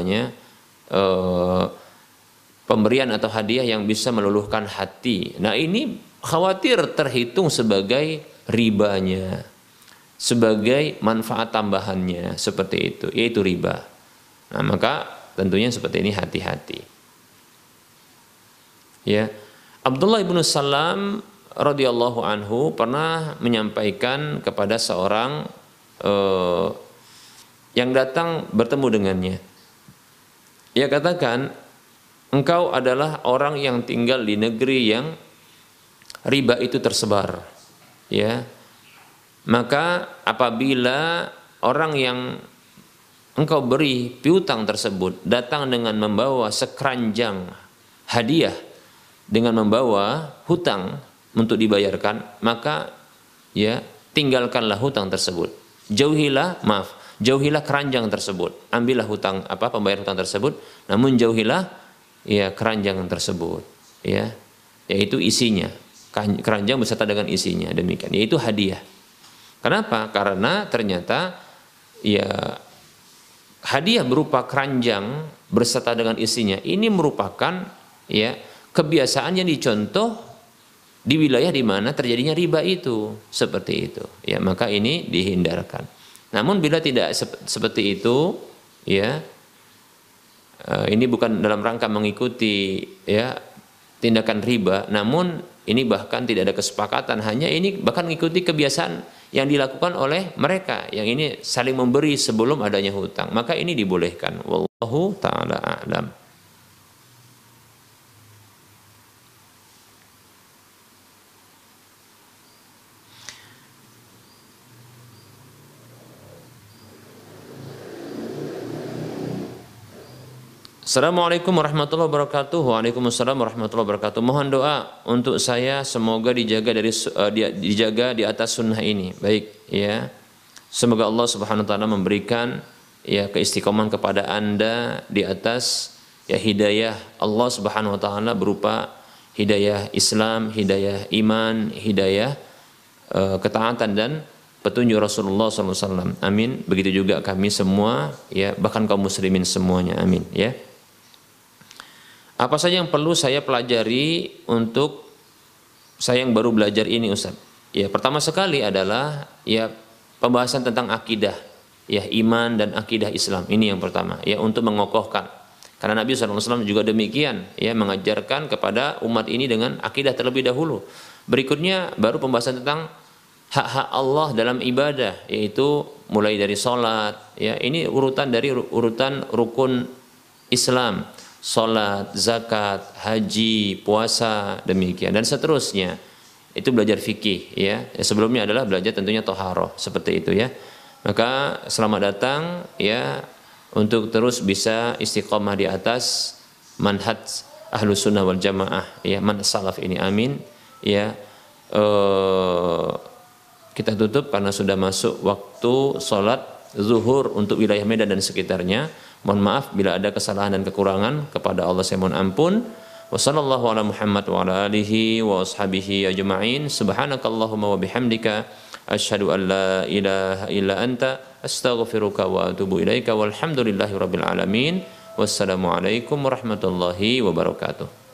pemberian atau hadiah yang bisa meluluhkan hati. Nah, ini khawatir terhitung sebagai ribanya, sebagai manfaat tambahannya, seperti itu, yaitu riba. Nah, maka tentunya seperti ini hati-hati. Ya, Abdullah bin Salam radhiyallahu anhu pernah menyampaikan kepada seorang yang datang bertemu dengannya. Ia katakan, engkau adalah orang yang tinggal di negeri yang riba itu tersebar, ya. Maka apabila orang yang engkau beri piutang tersebut datang dengan membawa sekeranjang hadiah, dengan membawa hutang untuk dibayarkan, maka ya tinggalkanlah hutang tersebut. Jauhilah keranjang tersebut. Ambillah pembayar hutang tersebut, namun jauhilah ya keranjang tersebut, ya, yaitu isinya, keranjang beserta dengan isinya, demikian, yaitu hadiah. Kenapa? Karena ternyata ya hadiah berupa keranjang beserta dengan isinya ini merupakan ya kebiasaan yang dicontoh di wilayah di mana terjadinya riba itu, seperti itu. Ya, maka ini dihindarkan. Namun bila tidak seperti itu, ya, ini bukan dalam rangka mengikuti ya tindakan riba, namun ini bahkan tidak ada kesepakatan, hanya ini bahkan mengikuti kebiasaan yang dilakukan oleh mereka, yang ini saling memberi sebelum adanya hutang, maka ini dibolehkan. Wallahu ta'ala a'lam. Assalamualaikum warahmatullahi wabarakatuh. Waalaikumsalam warahmatullahi wabarakatuh. Mohon doa untuk saya, semoga dijaga di atas sunnah ini. Baik, ya. Semoga Allah Subhanahu wa taala memberikan ya keistiqomahan kepada Anda di atas ya hidayah Allah Subhanahu wa taala berupa hidayah Islam, hidayah iman, hidayah ketaatan dan petunjuk Rasulullah SAW. Amin. Begitu juga kami semua, ya, bahkan kaum muslimin semuanya. Amin. Ya. Apa saja yang perlu saya pelajari untuk saya yang baru belajar ini, Ustaz? Ya, pertama sekali adalah ya pembahasan tentang akidah, ya, iman dan akidah Islam. Ini yang pertama, ya, untuk mengokohkan. Karena Nabi SAW juga demikian, ya, mengajarkan kepada umat ini dengan akidah terlebih dahulu. Berikutnya baru pembahasan tentang hak-hak Allah dalam ibadah, yaitu mulai dari sholat, ya, ini urutan dari urutan rukun Islam. Salat, zakat, haji, puasa, demikian dan seterusnya. Itu belajar fikih, ya. Sebelumnya adalah belajar tentunya toharoh, seperti itu, ya. Maka selamat datang, ya, untuk terus bisa istiqomah di atas manhaj Ahlus Sunnah wal Jamaah, ya, manhaj salaf ini. Amin. Ya. Kita tutup karena sudah masuk waktu sholat zuhur untuk wilayah Medan dan sekitarnya. Mohon maaf bila ada kesalahan dan kekurangan, kepada Allah saya mohon ampun. Wassallallahu ala Muhammad wa ala alihi wa ashabihi ajma'in. Subhanakallahumma wa bihamdika asyhadu an la ilaha illa anta astaghfiruka wa atubu ilaika walhamdulillahi rabbil alamin. Wassalamualaikum warahmatullahi wabarakatuh.